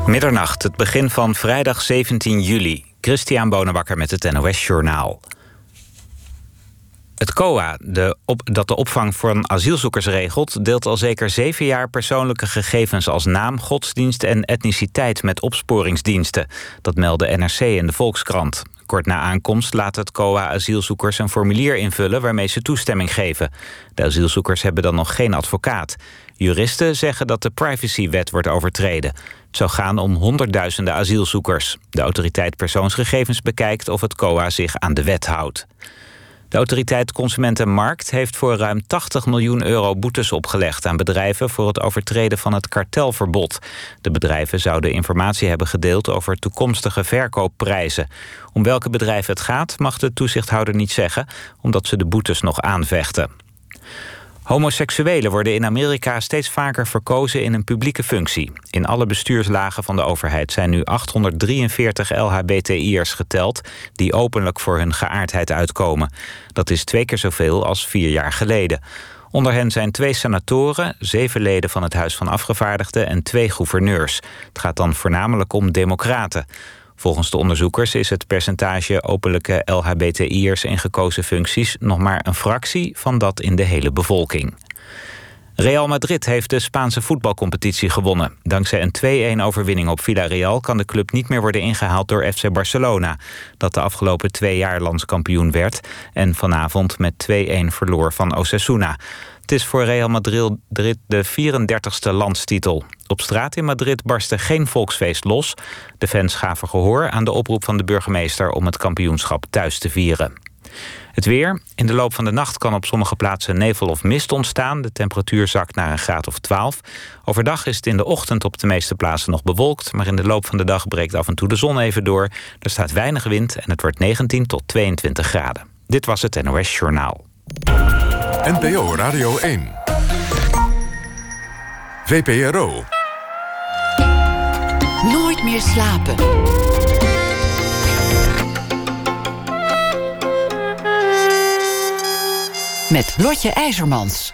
Middernacht, het begin van vrijdag 17 juli. Christian Bonenbakker met het NOS Journaal. Het COA, dat de opvang voor asielzoekers regelt, deelt al zeker 7 jaar persoonlijke gegevens als naam, godsdienst en etniciteit met opsporingsdiensten. Dat melden NRC en de Volkskrant. Kort na aankomst laat het COA asielzoekers een formulier invullen waarmee ze toestemming geven. De asielzoekers hebben dan nog geen advocaat. Juristen zeggen dat de privacywet wordt overtreden. Het zou gaan om honderdduizenden asielzoekers. De autoriteit persoonsgegevens bekijkt of het COA zich aan de wet houdt. De autoriteit Consument en Markt heeft voor ruim 80 miljoen euro boetes opgelegd aan bedrijven voor het overtreden van het kartelverbod. De bedrijven zouden informatie hebben gedeeld over toekomstige verkoopprijzen. Om welke bedrijven het gaat mag de toezichthouder niet zeggen, omdat ze de boetes nog aanvechten. Homoseksuelen worden in Amerika steeds vaker verkozen in een publieke functie. In alle bestuurslagen van de overheid zijn nu 843 LHBTI'ers geteld die openlijk voor hun geaardheid uitkomen. Dat is 2 keer zoveel als 4 jaar geleden. Onder hen zijn 2 senatoren, 7 leden van het Huis van Afgevaardigden en 2 gouverneurs. Het gaat dan voornamelijk om democraten. Volgens de onderzoekers is het percentage openlijke LHBTI'ers in gekozen functies nog maar een fractie van dat in de hele bevolking. Real Madrid heeft de Spaanse voetbalcompetitie gewonnen. Dankzij een 2-1 overwinning op Villarreal kan de club niet meer worden ingehaald door FC Barcelona, dat de afgelopen 2 jaar landskampioen werd en vanavond met 2-1 verloor van Osasuna. Het is voor Real Madrid de 34e landstitel. Op straat in Madrid barstte geen volksfeest los. De fans gaven gehoor aan de oproep van de burgemeester om het kampioenschap thuis te vieren. Het weer. In de loop van de nacht kan op sommige plaatsen nevel of mist ontstaan. De temperatuur zakt naar een graad of 12. Overdag is het in de ochtend op de meeste plaatsen nog bewolkt, maar in de loop van de dag breekt af en toe de zon even door. Er staat weinig wind en het wordt 19 tot 22 graden. Dit was het NOS Journaal. NPO Radio 1. VPRO. Nooit meer slapen. Met Lotje IJzermans.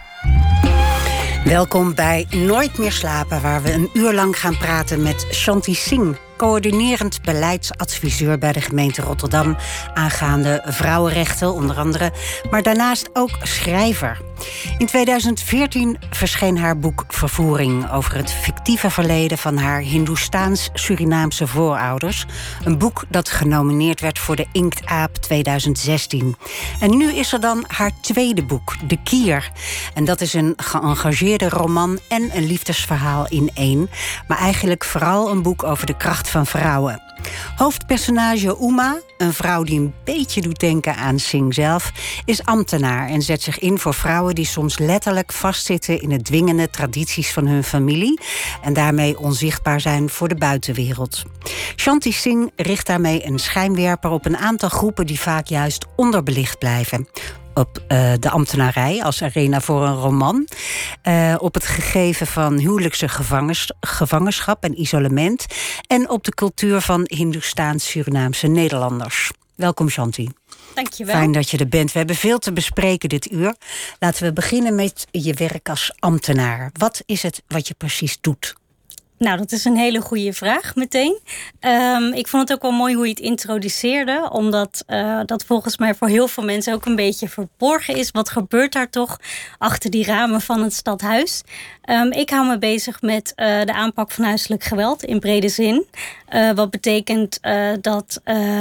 Welkom bij Nooit meer slapen, waar we een uur lang gaan praten met Shanti Singh, coördinerend beleidsadviseur bij de gemeente Rotterdam aangaande vrouwenrechten onder andere, maar daarnaast ook schrijver. In 2014 verscheen haar boek Vervoering over het fictieve verleden van haar Hindoestaans-Surinaamse voorouders. Een boek dat genomineerd werd voor de Inktaap 2016. En nu is er dan haar tweede boek, De Kier. En dat is een geëngageerde roman en een liefdesverhaal in één, maar eigenlijk vooral een boek over de kracht van vrouwen. Hoofdpersonage Uma, een vrouw die een beetje doet denken aan Singh zelf, is ambtenaar en zet zich in voor vrouwen die soms letterlijk vastzitten in de dwingende tradities van hun familie en daarmee onzichtbaar zijn voor de buitenwereld. Shanti Singh richt daarmee een schijnwerper op een aantal groepen die vaak juist onderbelicht blijven. Op de ambtenarij als arena voor een roman. Op het gegeven van huwelijkse gevangenschap en isolement. En op de cultuur van Hindoestaans-Surinaamse Nederlanders. Welkom, Shanti. Dankjewel. Fijn dat je er bent. We hebben veel te bespreken dit uur. Laten we beginnen met je werk als ambtenaar. Wat is het wat je precies doet? Nou, dat is een hele goede vraag meteen. Ik vond het ook wel mooi hoe je het introduceerde, omdat dat volgens mij voor heel veel mensen ook een beetje verborgen is. Wat gebeurt daar toch achter die ramen van het stadhuis? Ik hou me bezig met de aanpak van huiselijk geweld in brede zin. Wat betekent dat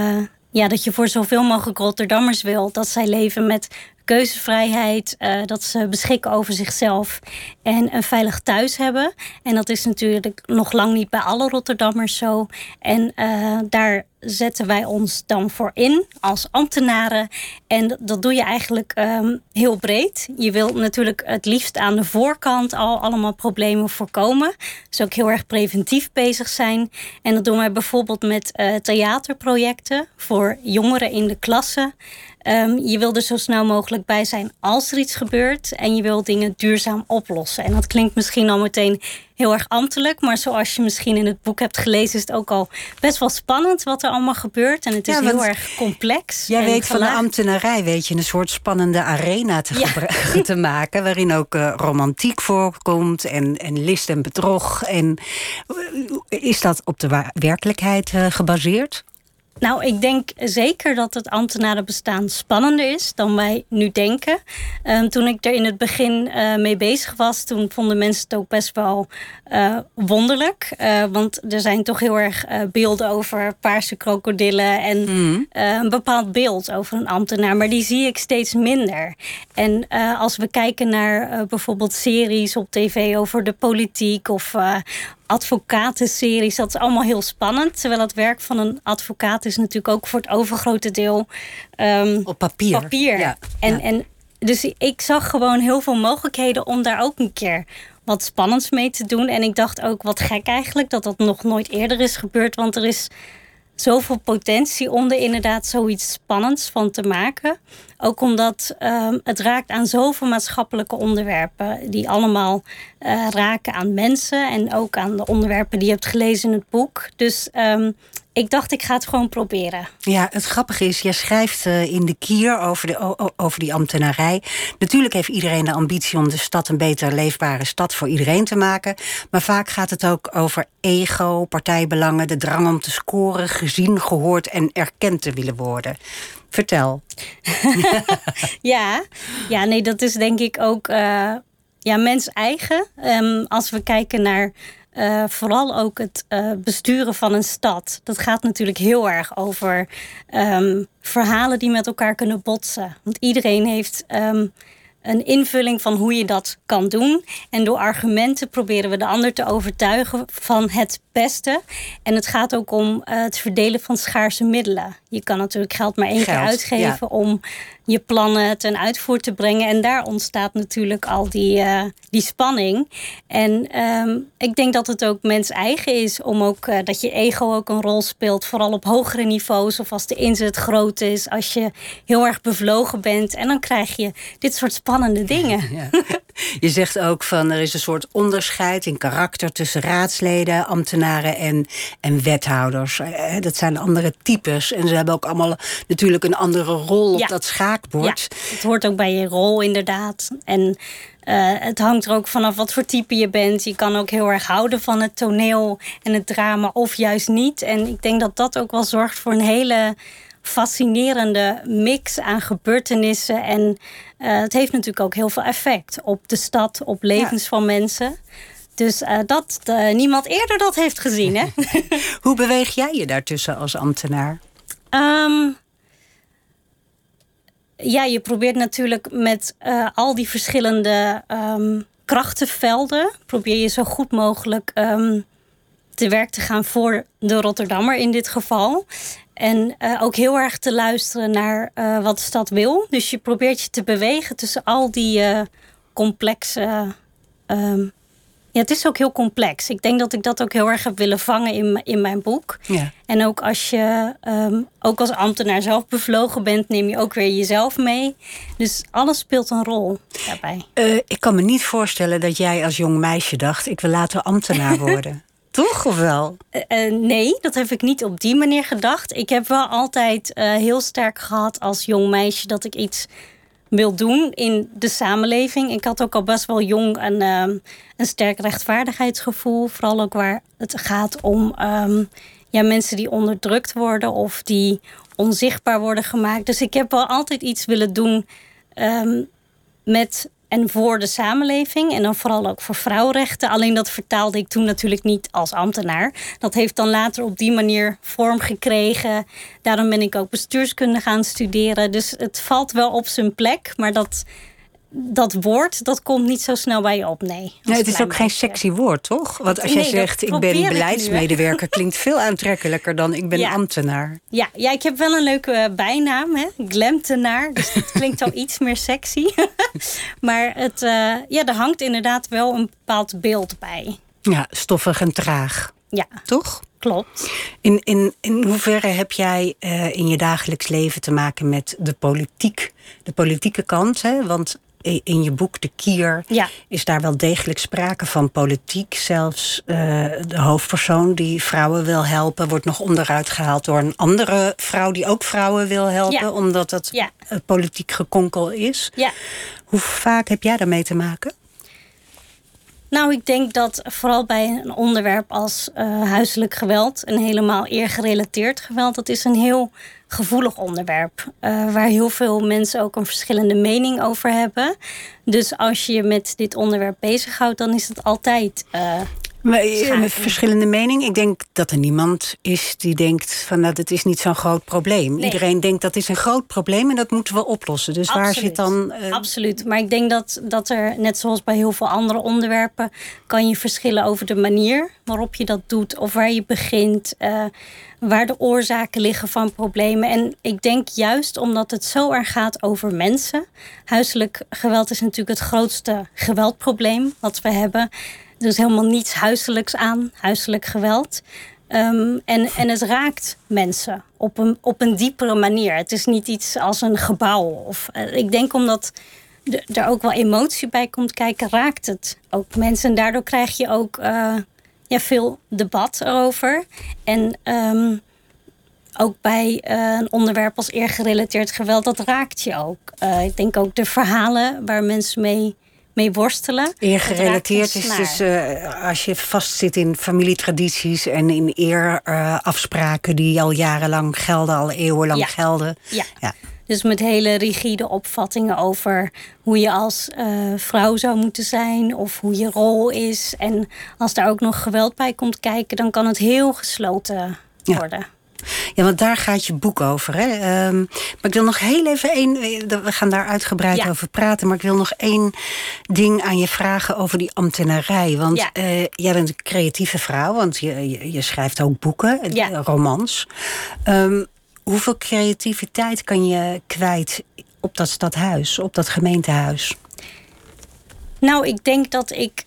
je voor zoveel mogelijk Rotterdammers wil dat zij leven met keuzevrijheid, dat ze beschikken over zichzelf en een veilig thuis hebben. En dat is natuurlijk nog lang niet bij alle Rotterdammers zo. En daar zetten wij ons dan voor in als ambtenaren. En dat doe je eigenlijk heel breed. Je wilt natuurlijk het liefst aan de voorkant al allemaal problemen voorkomen. Dus ook heel erg preventief bezig zijn. En dat doen wij bijvoorbeeld met theaterprojecten voor jongeren in de klasse. Je wil er zo snel mogelijk bij zijn als er iets gebeurt. En je wil dingen duurzaam oplossen. En dat klinkt misschien al meteen heel erg ambtelijk. Maar zoals je misschien in het boek hebt gelezen, is het ook al best wel spannend wat er allemaal gebeurt. En het is heel erg complex. Jij weet van de ambtenarij, weet je, een soort spannende arena te maken. Waarin ook romantiek voorkomt en list en bedrog. En is dat op de werkelijkheid gebaseerd? Nou, ik denk zeker dat het ambtenarenbestaan spannender is dan wij nu denken. Toen ik er in het begin mee bezig was, toen vonden mensen het ook best wel wonderlijk. Want er zijn toch heel erg beelden over paarse krokodillen en een bepaald beeld over een ambtenaar. Maar die zie ik steeds minder. En als we kijken naar bijvoorbeeld series op tv over de politiek of advocatenseries, dat is allemaal heel spannend. Terwijl het werk van een advocaat is natuurlijk ook voor het overgrote deel op papier. Ja. En dus ik zag gewoon heel veel mogelijkheden om daar ook een keer wat spannends mee te doen. En ik dacht ook, wat gek eigenlijk dat dat nog nooit eerder is gebeurd. Want er is zoveel potentie om er inderdaad zoiets spannends van te maken. Ook omdat het raakt aan zoveel maatschappelijke onderwerpen die allemaal raken aan mensen en ook aan de onderwerpen die je hebt gelezen in het boek. Dus ik dacht, ik ga het gewoon proberen. Ja, het grappige is, jij schrijft in de Kier over die ambtenarij. Natuurlijk heeft iedereen de ambitie om de stad een beter leefbare stad voor iedereen te maken. Maar vaak gaat het ook over ego, partijbelangen, de drang om te scoren, gezien, gehoord en erkend te willen worden. Vertel. Ja, nee, dat is denk ik ook mens eigen. Als we kijken naar vooral ook het besturen van een stad. Dat gaat natuurlijk heel erg over verhalen die met elkaar kunnen botsen. Want iedereen heeft een invulling van hoe je dat kan doen. En door argumenten proberen we de ander te overtuigen van het beste. En het gaat ook om het verdelen van schaarse middelen. Je kan natuurlijk geld maar één keer uitgeven om je plannen ten uitvoer te brengen. En daar ontstaat natuurlijk al die spanning. En ik denk dat het ook mens eigen is om ook dat je ego ook een rol speelt. Vooral op hogere niveaus of als de inzet groot is. Als je heel erg bevlogen bent. En dan krijg je dit soort spannende dingen. Ja. Je zegt ook van er is een soort onderscheid in karakter tussen raadsleden, ambtenaren en wethouders. Dat zijn andere types. En ze hebben ook allemaal natuurlijk een andere rol op dat schaakbord. Ja, het hoort ook bij je rol inderdaad. En het hangt er ook vanaf wat voor type je bent. Je kan ook heel erg houden van het toneel en het drama of juist niet. En ik denk dat dat ook wel zorgt voor een hele fascinerende mix aan gebeurtenissen. En het heeft natuurlijk ook heel veel effect op de stad, op levens van mensen. Dus dat niemand eerder dat heeft gezien. Hè? Hoe beweeg jij je daartussen als ambtenaar? Je probeert natuurlijk met al die verschillende krachtenvelden, probeer je zo goed mogelijk te werk te gaan voor de Rotterdammer in dit geval. En ook heel erg te luisteren naar wat de stad wil. Dus je probeert je te bewegen tussen al die complexe. Het is ook heel complex. Ik denk dat ik dat ook heel erg heb willen vangen in mijn boek. Ja. En ook als je ook als ambtenaar zelf bevlogen bent, neem je ook weer jezelf mee. Dus alles speelt een rol daarbij. Ik kan me niet voorstellen dat jij als jong meisje dacht, ik wil later ambtenaar worden. Toch of wel? Nee, dat heb ik niet op die manier gedacht. Ik heb wel altijd heel sterk gehad als jong meisje dat ik iets wil doen in de samenleving. Ik had ook al best wel jong een sterk rechtvaardigheidsgevoel. Vooral ook waar het gaat om mensen die onderdrukt worden of die onzichtbaar worden gemaakt. Dus ik heb wel altijd iets willen doen met en voor de samenleving. En dan vooral ook voor vrouwenrechten. Alleen dat vertaalde ik toen natuurlijk niet als ambtenaar. Dat heeft dan later op die manier vorm gekregen. Daarom ben ik ook bestuurskunde gaan studeren. Dus het valt wel op zijn plek. Maar dat woord, dat komt niet zo snel bij je op, nee. Het is ook geen sexy woord, toch? Want als jij zegt, ik ben beleidsmedewerker, klinkt veel aantrekkelijker dan ik ben ambtenaar. Ja, ik heb wel een leuke bijnaam, hè? Glemtenaar. Dus dat klinkt al iets meer sexy. Maar er hangt inderdaad wel een bepaald beeld bij. Ja, stoffig en traag. Ja. Toch? Klopt. In hoeverre heb jij in je dagelijks leven te maken met de politieke kant? Hè? Want in je boek De Kier is daar wel degelijk sprake van politiek. Zelfs de hoofdpersoon die vrouwen wil helpen wordt nog onderuit gehaald door een andere vrouw die ook vrouwen wil helpen, omdat dat politiek gekonkel is. Ja. Hoe vaak heb jij daarmee te maken? Nou, ik denk dat vooral bij een onderwerp als huiselijk geweld en helemaal eergerelateerd geweld, dat is een heel gevoelig onderwerp. Waar heel veel mensen ook een verschillende mening over hebben. Dus als je je met dit onderwerp bezighoudt, dan is het altijd met verschillende meningen. Ik denk dat er niemand is die denkt van nou, dat is niet zo'n groot probleem. Nee. Iedereen denkt dat is een groot probleem en dat moeten we oplossen. Dus absoluut. Waar zit dan... Absoluut. Maar ik denk dat er, net zoals bij heel veel andere onderwerpen, kan je verschillen over de manier waarop je dat doet of waar je begint, waar de oorzaken liggen van problemen. En ik denk juist omdat het zo erg gaat over mensen. Huiselijk geweld is natuurlijk het grootste geweldprobleem wat we hebben. Er is helemaal niets huiselijks aan, huiselijk geweld. En het raakt mensen op een diepere manier. Het is niet iets als een gebouw. Ik denk omdat er ook wel emotie bij komt kijken, raakt het ook mensen. En daardoor krijg je ook veel debat erover. En ook bij een onderwerp als eergerelateerd geweld, dat raakt je ook. Ik denk ook de verhalen waar mensen mee worstelen. Eergerelateerd is dus als je vastzit in familietradities en in eerafspraken die al jarenlang gelden, al eeuwenlang gelden. Ja. Dus met hele rigide opvattingen over hoe je als vrouw zou moeten zijn of hoe je rol is. En als daar ook nog geweld bij komt kijken, dan kan het heel gesloten worden. Ja, want daar gaat je boek over. Hè? Maar ik wil nog heel even we gaan daar uitgebreid over praten. Maar ik wil nog één ding aan je vragen over die ambtenarij. Want jij bent een creatieve vrouw, want je schrijft ook boeken, romans. Hoeveel creativiteit kan je kwijt op dat stadhuis, op dat gemeentehuis? Nou, ik denk dat ik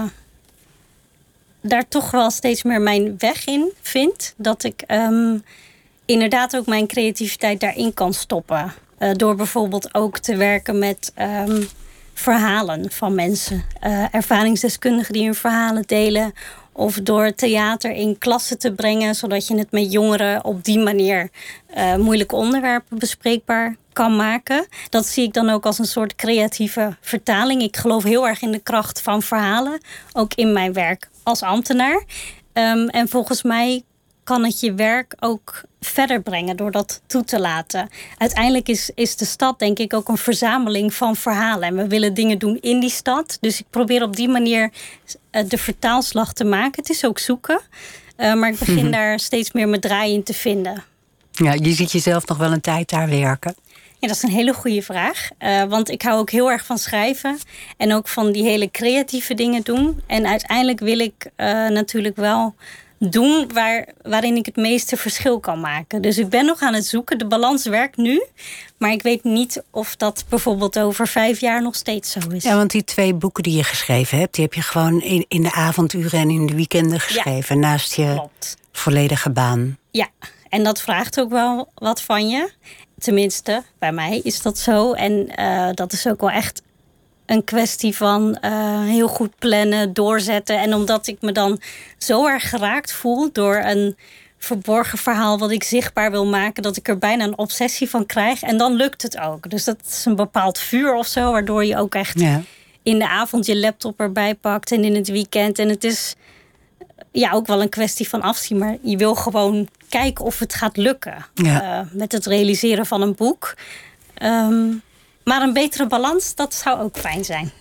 daar toch wel steeds meer mijn weg in vind. Dat ik inderdaad ook mijn creativiteit daarin kan stoppen. Door bijvoorbeeld ook te werken met verhalen van mensen. Ervaringsdeskundigen die hun verhalen delen. Of door theater in klassen te brengen, zodat je het met jongeren op die manier moeilijke onderwerpen bespreekbaar kan maken. Dat zie ik dan ook als een soort creatieve vertaling. Ik geloof heel erg in de kracht van verhalen, ook in mijn werk als ambtenaar. En volgens mij kan het je werk ook verder brengen door dat toe te laten. Uiteindelijk is de stad denk ik ook een verzameling van verhalen. En we willen dingen doen in die stad. Dus ik probeer op die manier de vertaalslag te maken. Het is ook zoeken. Maar ik begin daar steeds meer mijn draai in te vinden. Ja, je ziet jezelf nog wel een tijd daar werken. Ja, dat is een hele goede vraag. Want ik hou ook heel erg van schrijven. En ook van die hele creatieve dingen doen. En uiteindelijk wil ik natuurlijk wel doen waarin ik het meeste verschil kan maken. Dus ik ben nog aan het zoeken. De balans werkt nu. Maar ik weet niet of dat bijvoorbeeld over 5 jaar nog steeds zo is. Ja, want die 2 boeken die je geschreven hebt, die heb je gewoon in de avonduren en in de weekenden geschreven. Ja, naast je volledige baan. Ja, en dat vraagt ook wel wat van je. Tenminste, bij mij is dat zo. En dat is ook wel echt een kwestie van heel goed plannen, doorzetten. En omdat ik me dan zo erg geraakt voel door een verborgen verhaal wat ik zichtbaar wil maken, dat ik er bijna een obsessie van krijg. En dan lukt het ook. Dus dat is een bepaald vuur of zo, waardoor je ook echt in de avond je laptop erbij pakt en in het weekend. En het is ook wel een kwestie van afzien, maar je wil gewoon kijken of het gaat lukken. Met het realiseren van een boek. Maar een betere balans, dat zou ook fijn zijn.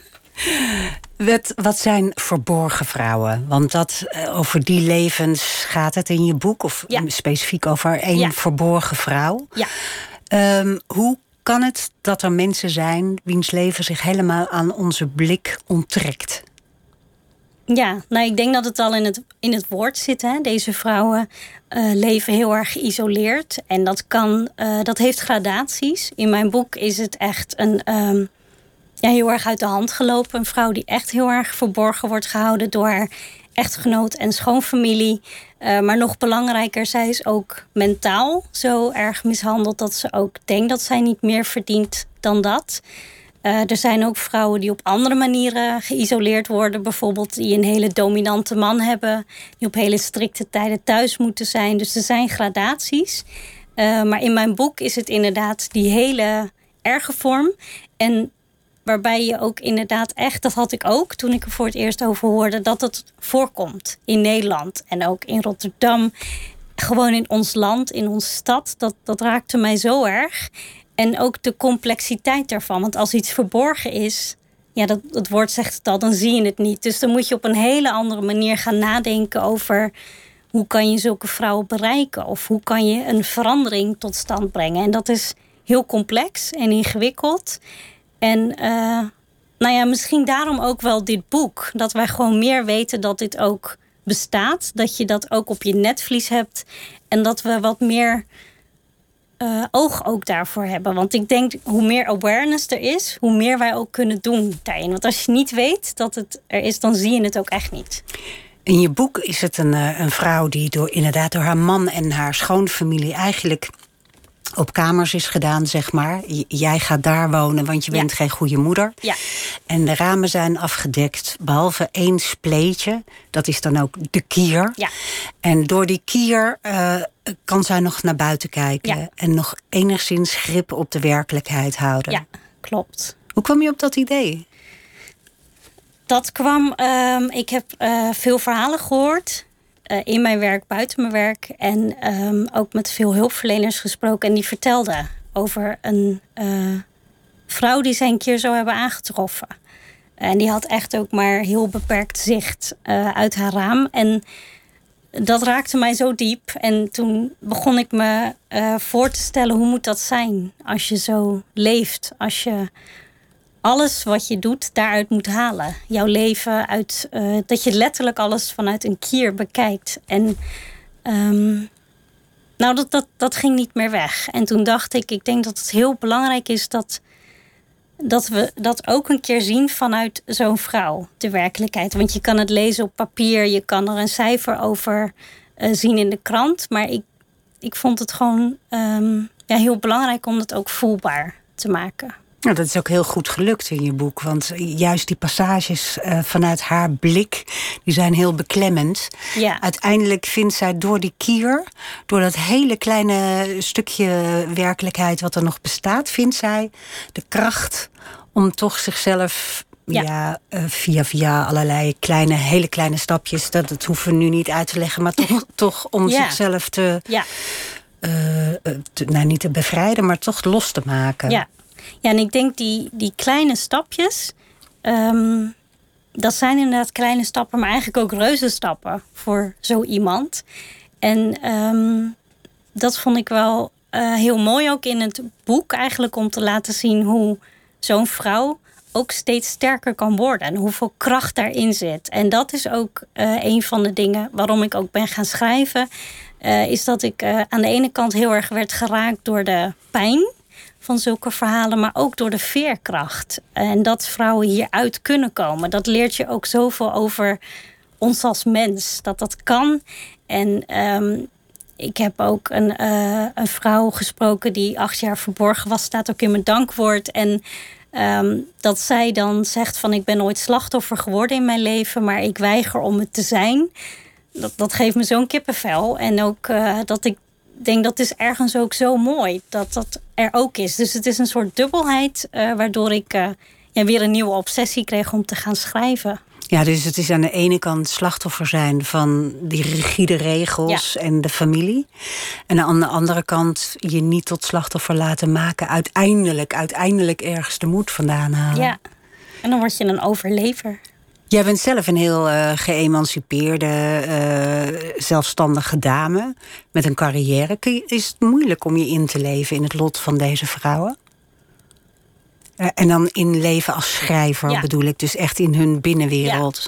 Wat zijn verborgen vrouwen? Want over die levens gaat het in je boek. Of specifiek over één verborgen vrouw. Ja. Hoe kan het dat er mensen zijn wiens leven zich helemaal aan onze blik onttrekt? Ja, nou ik denk dat het al in het woord zit. Hè? Deze vrouwen leven heel erg geïsoleerd. En dat heeft gradaties. In mijn boek is het echt een heel erg uit de hand gelopen. Een vrouw die echt heel erg verborgen wordt gehouden door haar echtgenoot en schoonfamilie. Maar nog belangrijker, zij is ook mentaal zo erg mishandeld dat ze ook denkt dat zij niet meer verdient dan dat. Er zijn ook vrouwen die op andere manieren geïsoleerd worden. Bijvoorbeeld die een hele dominante man hebben. Die op hele strikte tijden thuis moeten zijn. Dus er zijn gradaties. Maar in mijn boek is het inderdaad die hele erge vorm. En waarbij je ook inderdaad echt, dat had ik ook toen ik er voor het eerst over hoorde, dat het voorkomt in Nederland en ook in Rotterdam. Gewoon in ons land, in onze stad. Dat raakte mij zo erg. En ook de complexiteit daarvan. Want als iets verborgen is, ja, het woord zegt het al, dan zie je het niet. Dus dan moet je op een hele andere manier gaan nadenken over hoe kan je zulke vrouwen bereiken? Of hoe kan je een verandering tot stand brengen? En dat is heel complex en ingewikkeld. En misschien daarom ook wel dit boek. Dat wij gewoon meer weten dat dit ook bestaat. Dat je dat ook op je netvlies hebt. En dat we wat meer oog ook daarvoor hebben. Want ik denk, hoe meer awareness er is, hoe meer wij ook kunnen doen daarin. Want als je niet weet dat het er is, dan zie je het ook echt niet. In je boek is het een vrouw die door haar man en haar schoonfamilie eigenlijk op kamers is gedaan, zeg maar. Jij gaat daar wonen, want je bent geen goede moeder. Ja. En de ramen zijn afgedekt, behalve 1 spleetje. Dat is dan ook de kier. Ja. En door die kier kan zij nog naar buiten kijken. Ja. En nog enigszins grip op de werkelijkheid houden. Ja, klopt. Hoe kwam je op dat idee? Dat kwam, ik heb veel verhalen gehoord. In mijn werk, buiten mijn werk. En ook met veel hulpverleners gesproken. En die vertelden over een vrouw die zij een keer zo hebben aangetroffen. En die had echt ook maar heel beperkt zicht uit haar raam. En dat raakte mij zo diep. En toen begon ik me voor te stellen, hoe moet dat zijn als je zo leeft? Als je alles wat je doet daaruit moet halen. Jouw leven uit, dat je letterlijk alles vanuit een kier bekijkt. En dat ging niet meer weg. En toen dacht ik denk dat het heel belangrijk is dat we dat ook een keer zien vanuit zo'n vrouw, de werkelijkheid. Want je kan het lezen op papier, je kan er een cijfer over zien in de krant. Maar ik vond het gewoon heel belangrijk om het ook voelbaar te maken. Nou, dat is ook heel goed gelukt in je boek. Want juist die passages vanuit haar blik, die zijn heel beklemmend. Ja. Uiteindelijk vindt zij door die kier, door dat hele kleine stukje werkelijkheid wat er nog bestaat, vindt zij de kracht om toch zichzelf via allerlei hele kleine stapjes, dat hoeven we nu niet uit te leggen, maar toch om zichzelf niet te bevrijden, maar toch los te maken. Ja. Ja, en ik denk die kleine stapjes, dat zijn inderdaad kleine stappen, maar eigenlijk ook reuzenstappen voor zo iemand. En dat vond ik wel heel mooi ook in het boek eigenlijk, om te laten zien hoe zo'n vrouw ook steeds sterker kan worden en hoeveel kracht daarin zit. En dat is ook een van de dingen waarom ik ook ben gaan schrijven, is dat ik aan de ene kant heel erg werd geraakt door de pijn van zulke verhalen, maar ook door de veerkracht. En dat vrouwen hieruit kunnen komen. Dat leert je ook zoveel over ons als mens. Dat kan. En ik heb ook een vrouw gesproken die 8 jaar verborgen was. Staat ook in mijn dankwoord. En dat zij dan zegt van, ik ben nooit slachtoffer geworden in mijn leven, maar ik weiger om het te zijn. Dat geeft me zo'n kippenvel. En ook dat ik denk, dat is ergens ook zo mooi dat er ook is. Dus het is een soort dubbelheid, waardoor ik weer een nieuwe obsessie kreeg om te gaan schrijven. Ja, dus het is aan de ene kant slachtoffer zijn van die rigide regels en de familie. En aan de andere kant je niet tot slachtoffer laten maken. Uiteindelijk ergens de moed vandaan halen. Ja, en dan word je een overlever. Jij bent zelf een heel geëmancipeerde, zelfstandige dame met een carrière. Is het moeilijk om je in te leven in het lot van deze vrouwen? En dan in leven als schrijver bedoel ik, dus echt in hun binnenwereld.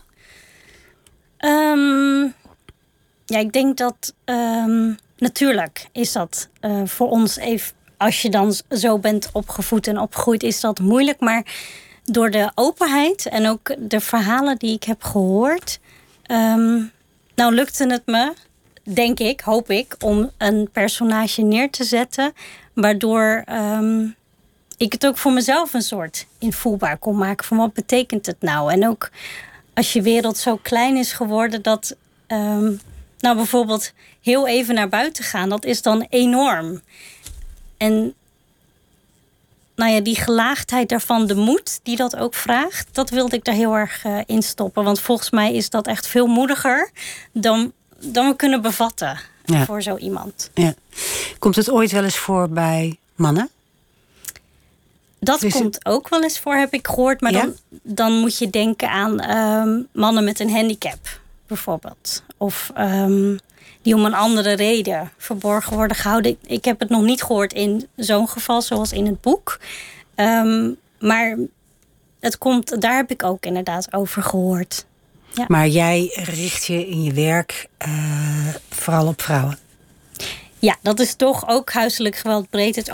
Ja, ik denk dat natuurlijk is dat voor ons even, als je dan zo bent opgevoed en opgegroeid, is dat moeilijk. Maar door de openheid en ook de verhalen die ik heb gehoord, Nou lukte het me, denk ik, hoop ik, om een personage neer te zetten, waardoor ik het ook voor mezelf een soort invoelbaar kon maken van wat betekent het nou? En ook als je wereld zo klein is geworden dat nou bijvoorbeeld heel even naar buiten gaan, dat is dan enorm. En nou ja, die gelaagdheid daarvan, de moed die dat ook vraagt, dat wilde ik daar heel erg in stoppen. Want volgens mij is dat echt veel moediger dan we kunnen bevatten voor zo iemand. Ja. Komt het ooit wel eens voor bij mannen? Dat komt ook wel eens voor, heb ik gehoord. Maar dan moet je denken aan mannen met een handicap, bijvoorbeeld. Of die om een andere reden verborgen worden gehouden. Ik heb het nog niet gehoord in zo'n geval, zoals in het boek. Maar daar heb ik ook inderdaad over gehoord. Ja. Maar jij richt je in je werk vooral op vrouwen? Ja, dat is toch ook huiselijk geweld breed. Het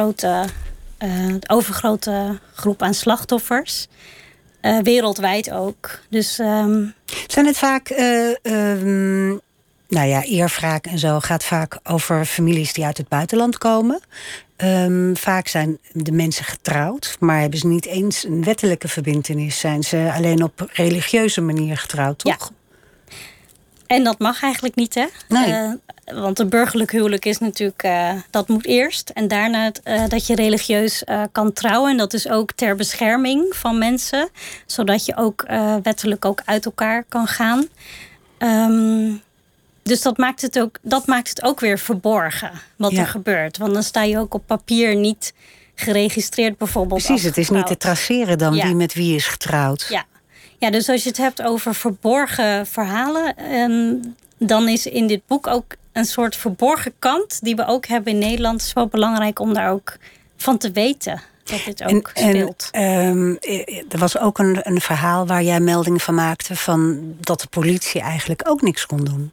overgrote groep aan slachtoffers. Wereldwijd ook. Dus, zijn het vaak eerwraak en zo gaat vaak over families die uit het buitenland komen. Vaak zijn de mensen getrouwd, maar hebben ze niet eens een wettelijke verbintenis. Zijn ze alleen op religieuze manier getrouwd, toch? Ja. En dat mag eigenlijk niet, hè? Nee. Want een burgerlijk huwelijk is natuurlijk, dat moet eerst. En daarna dat je religieus kan trouwen. En dat is ook ter bescherming van mensen. Zodat je ook wettelijk ook uit elkaar kan gaan. Dus dat maakt het ook weer verborgen wat er gebeurt. Want dan sta je ook op papier niet geregistreerd bijvoorbeeld. Precies, het is niet te traceren dan wie met wie is getrouwd. Ja, dus als je het hebt over verborgen verhalen, dan is in dit boek ook een soort verborgen kant die we ook hebben in Nederland. Het is wel belangrijk om daar ook van te weten dat dit ook speelt. Er was ook een verhaal waar jij melding van maakte van dat de politie eigenlijk ook niks kon doen.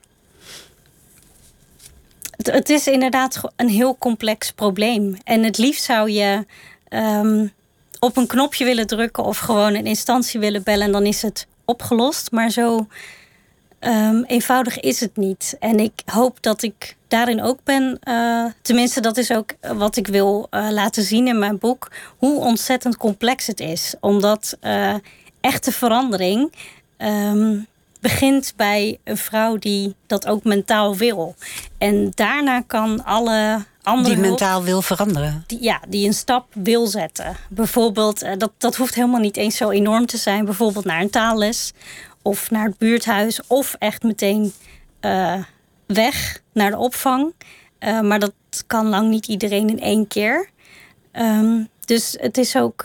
Het is inderdaad een heel complex probleem. En het liefst zou je op een knopje willen drukken of gewoon een instantie willen bellen en dan is het opgelost. Maar zo eenvoudig is het niet. En ik hoop dat ik daarin ook ben. Tenminste, dat is ook wat ik wil laten zien in mijn boek. Hoe ontzettend complex het is. Omdat echte verandering begint bij een vrouw die dat ook mentaal wil. En daarna kan alle andere die mentaal wil veranderen. Die een stap wil zetten. Bijvoorbeeld, dat hoeft helemaal niet eens zo enorm te zijn. Bijvoorbeeld naar een taalles of naar het buurthuis. Of echt meteen weg naar de opvang. Maar dat kan lang niet iedereen in één keer. Dus het is ook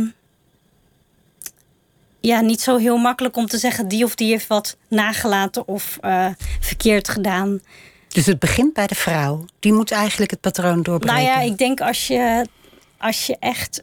niet zo heel makkelijk om te zeggen die of die heeft wat nagelaten of verkeerd gedaan. Dus het begint bij de vrouw. Die moet eigenlijk het patroon doorbreken. Nou ja, ik denk als je echt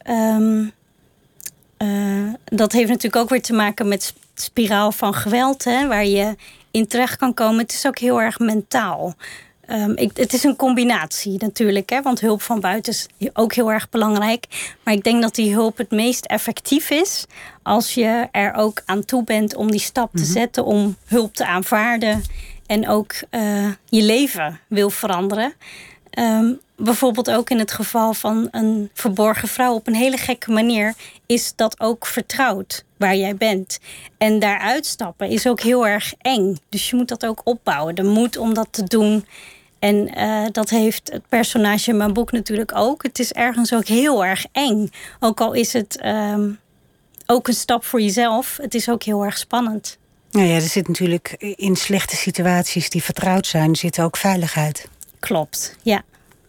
dat heeft natuurlijk ook weer te maken met spiraal van geweld, hè, waar je in terecht kan komen. Het is ook heel erg mentaal. Het is een combinatie natuurlijk, hè, want hulp van buiten is ook heel erg belangrijk. Maar ik denk dat die hulp het meest effectief is als je er ook aan toe bent om die stap te zetten, om hulp te aanvaarden en ook je leven wil veranderen. Bijvoorbeeld ook in het geval van een verborgen vrouw op een hele gekke manier is dat ook vertrouwd waar jij bent. En daaruit stappen is ook heel erg eng. Dus je moet dat ook opbouwen. De moed om dat te doen. En dat heeft het personage in mijn boek natuurlijk ook. Het is ergens ook heel erg eng. Ook al is het ook een stap voor jezelf. Het is ook heel erg spannend. Nou ja, er zit natuurlijk in slechte situaties die vertrouwd zijn, zit ook veiligheid. Klopt, ja.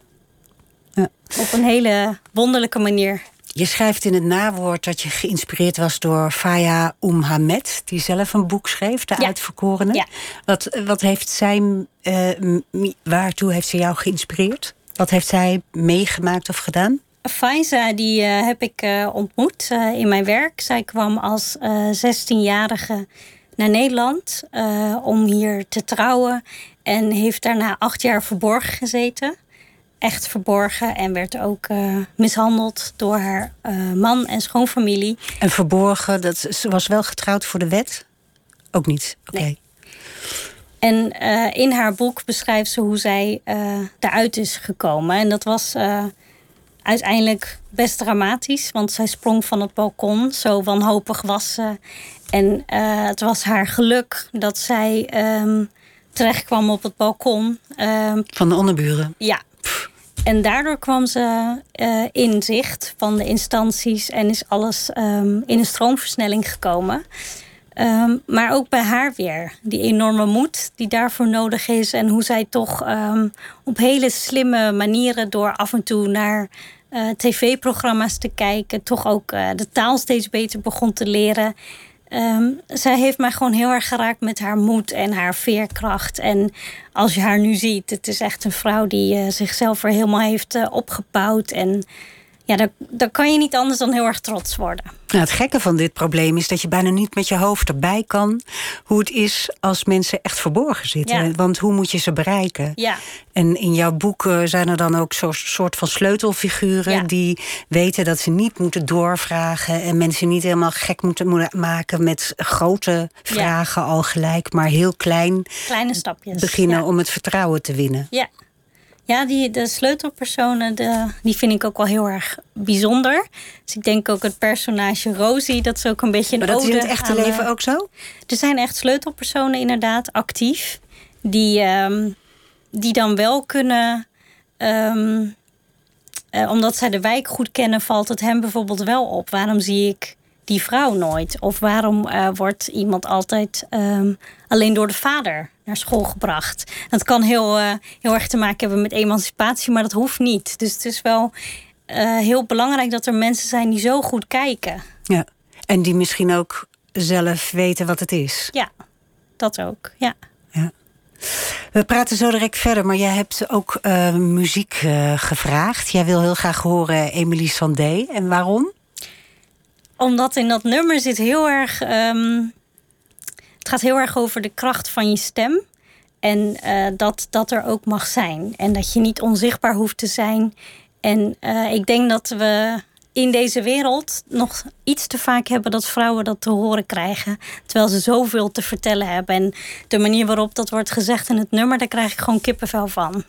Op een hele wonderlijke manier. Je schrijft in het nawoord dat je geïnspireerd was door Faya Hamed, die zelf een boek schreef, De Uitverkorene. Ja. Wat heeft zij, waartoe heeft ze jou geïnspireerd? Wat heeft zij meegemaakt of gedaan? Faiza, die heb ik ontmoet in mijn werk. Zij kwam als 16-jarige naar Nederland om hier te trouwen. En heeft daarna 8 jaar verborgen gezeten. Echt verborgen en werd ook mishandeld door haar man en schoonfamilie. En verborgen, ze was wel getrouwd voor de wet? Ook niet? Oké. Nee. En in haar boek beschrijft ze hoe zij daaruit is gekomen. En dat was uiteindelijk best dramatisch. Want zij sprong van het balkon. Zo wanhopig was ze. En het was haar geluk dat zij terecht kwam op het balkon. Van de onderburen? Ja. En daardoor kwam ze in zicht van de instanties. En is alles in een stroomversnelling gekomen. Maar ook bij haar weer. Die enorme moed die daarvoor nodig is. En hoe zij toch op hele slimme manieren... door af en toe naar tv-programma's te kijken... toch ook de taal steeds beter begon te leren. Zij heeft mij gewoon heel erg geraakt met haar moed en haar veerkracht. En als je haar nu ziet, het is echt een vrouw... die zichzelf weer helemaal heeft opgebouwd. En ja, daar kan je niet anders dan heel erg trots worden. Nou, het gekke van dit probleem is dat je bijna niet met je hoofd erbij kan... hoe het is als mensen echt verborgen zitten. Ja. Want hoe moet je ze bereiken? Ja. En in jouw boek zijn er dan ook zo'n soort van sleutelfiguren... Ja. Die weten dat ze niet moeten doorvragen... en mensen niet helemaal gek moeten maken met grote vragen al gelijk... maar heel kleine stapjes beginnen om het vertrouwen te winnen. Ja. Ja, de sleutelpersonen, die vind ik ook wel heel erg bijzonder. Dus ik denk ook het personage Rosie, dat is ook een beetje een ode. Maar dat is in het echte leven ook zo? Er zijn echt sleutelpersonen inderdaad, actief. Die dan wel kunnen... omdat zij de wijk goed kennen, valt het hem bijvoorbeeld wel op. Waarom zie ik die vrouw nooit? Of waarom wordt iemand altijd alleen door de vader naar school gebracht? Dat kan heel erg te maken hebben met emancipatie, maar dat hoeft niet. Dus het is wel heel belangrijk dat er mensen zijn die zo goed kijken. Ja, en die misschien ook zelf weten wat het is. Ja, dat ook, ja. We praten zo direct verder, maar jij hebt ook muziek gevraagd. Jij wil heel graag horen Emilie Sandé. En waarom? Omdat in dat nummer zit heel erg... het gaat heel erg over de kracht van je stem. En dat er ook mag zijn. En dat je niet onzichtbaar hoeft te zijn. En ik denk dat we in deze wereld nog iets te vaak hebben... dat vrouwen dat te horen krijgen. Terwijl ze zoveel te vertellen hebben. En de manier waarop dat wordt gezegd in het nummer... daar krijg ik gewoon kippenvel van.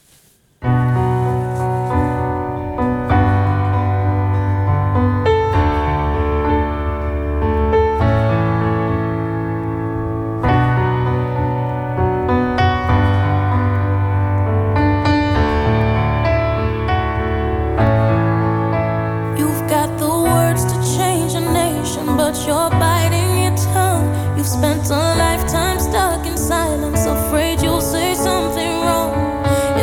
You're biting your tongue. You've spent a lifetime stuck in silence, afraid you'll say something wrong.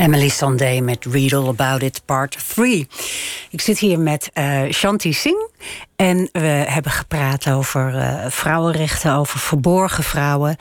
Emily Sandé met Read All About It, part 3. Ik zit hier met Shanti Singh. En we hebben gepraat over vrouwenrechten, over verborgen vrouwen.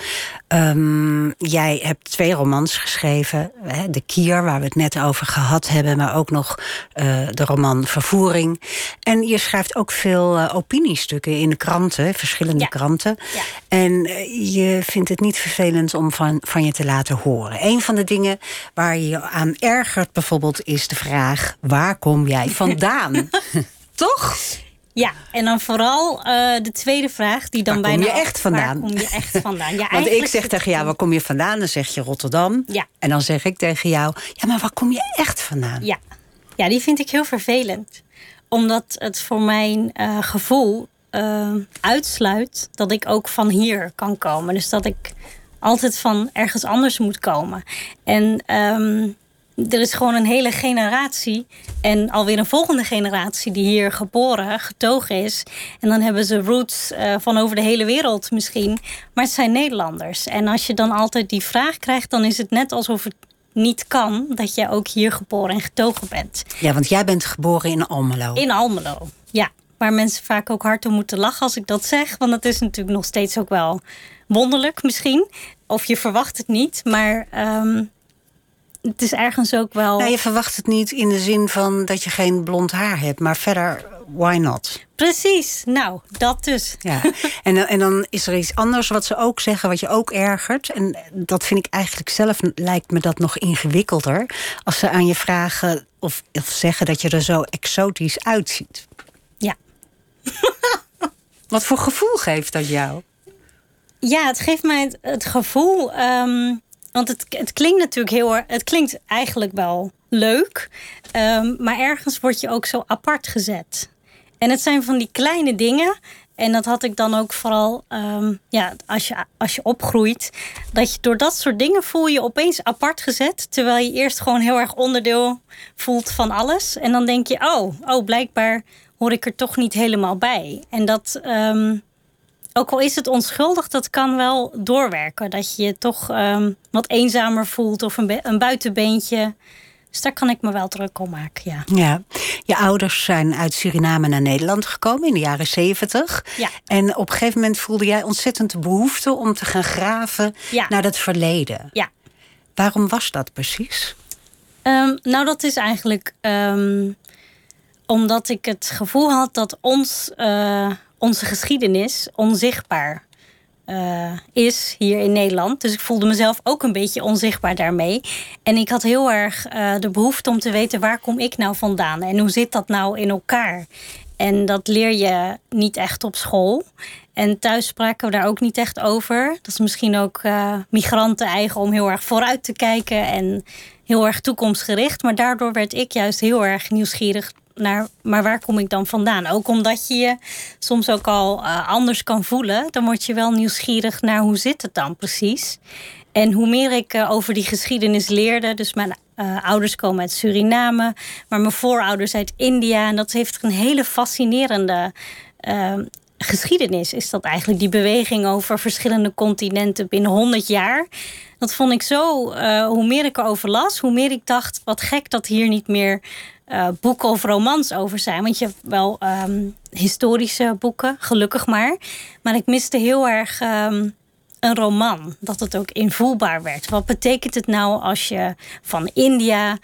Jij hebt 2 romans geschreven. De Kier, waar we het net over gehad hebben. Maar ook nog de roman Vervoering. En je schrijft ook veel opiniestukken in de kranten. Verschillende kranten. Ja. En je vindt het niet vervelend om van je te laten horen. Een van de dingen waar je je aan ergert bijvoorbeeld is de vraag: waar kom jij vandaan? Toch? Ja, en dan vooral de tweede vraag die dan bijna... Waar kom je echt vandaan? Waar kom je echt vandaan? Ja, want ik zeg tegen jou, waar kom je vandaan? Dan zeg je Rotterdam. Ja. En dan zeg ik tegen jou, ja, maar waar kom je echt vandaan? Ja, die vind ik heel vervelend. Omdat het voor mijn gevoel uitsluit dat ik ook van hier kan komen. Dus dat ik altijd van ergens anders moet komen. En er is gewoon een hele generatie en alweer een volgende generatie die hier geboren, getogen is. En dan hebben ze roots van over de hele wereld misschien. Maar het zijn Nederlanders. En als je dan altijd die vraag krijgt, dan is het net alsof het niet kan dat je ook hier geboren en getogen bent. Ja, want jij bent geboren in Almelo. In Almelo, ja. Waar mensen vaak ook hard om moeten lachen als ik dat zeg. Want dat is natuurlijk nog steeds ook wel wonderlijk misschien. Of je verwacht het niet, maar het is ergens ook wel... Nou, je verwacht het niet in de zin van dat je geen blond haar hebt. Maar verder, why not? Precies, nou, dat dus. Ja. En dan is er iets anders wat ze ook zeggen, wat je ook ergert. En dat vind ik eigenlijk zelf, lijkt me dat nog ingewikkelder. Als ze aan je vragen of zeggen dat je er zo exotisch uitziet. Ja. Wat voor gevoel geeft dat jou? Ja, het geeft mij het gevoel... want het klinkt natuurlijk heel erg... Het klinkt eigenlijk wel leuk. Maar ergens word je ook zo apart gezet. En het zijn van die kleine dingen. En dat had ik dan ook vooral... als je opgroeit... dat je door dat soort dingen voel je opeens apart gezet. Terwijl je eerst gewoon heel erg onderdeel voelt van alles. En dan denk je, oh blijkbaar hoor ik er toch niet helemaal bij. En dat... ook al is het onschuldig, dat kan wel doorwerken. Dat je je toch wat eenzamer voelt of een buitenbeentje. Dus daar kan ik me wel druk om maken, ja. Ja. Je ouders zijn uit Suriname naar Nederland gekomen in de jaren 70. Ja. En op een gegeven moment voelde jij ontzettend de behoefte om te gaan graven naar dat verleden. Ja. Waarom was dat precies? Nou, dat is eigenlijk omdat ik het gevoel had dat onze geschiedenis onzichtbaar is hier in Nederland. Dus ik voelde mezelf ook een beetje onzichtbaar daarmee. En ik had heel erg de behoefte om te weten, waar kom ik nou vandaan? En hoe zit dat nou in elkaar? En dat leer je niet echt op school. En thuis spraken we daar ook niet echt over. Dat is misschien ook migranten eigen om heel erg vooruit te kijken en heel erg toekomstgericht. Maar daardoor werd ik juist heel erg nieuwsgierig naar, maar waar kom ik dan vandaan? Ook omdat je je soms ook al anders kan voelen, dan word je wel nieuwsgierig naar hoe zit het dan precies. En hoe meer ik over die geschiedenis leerde, dus mijn ouders komen uit Suriname, maar mijn voorouders uit India, en dat heeft een hele fascinerende geschiedenis is dat eigenlijk, die beweging over verschillende continenten binnen 100 jaar. Dat vond ik zo, hoe meer ik erover las, hoe meer ik dacht, wat gek dat hier niet meer boeken of romans over zijn. Want je hebt wel historische boeken, gelukkig maar. Maar ik miste heel erg een roman, dat het ook invoelbaar werd. Wat betekent het nou als je van India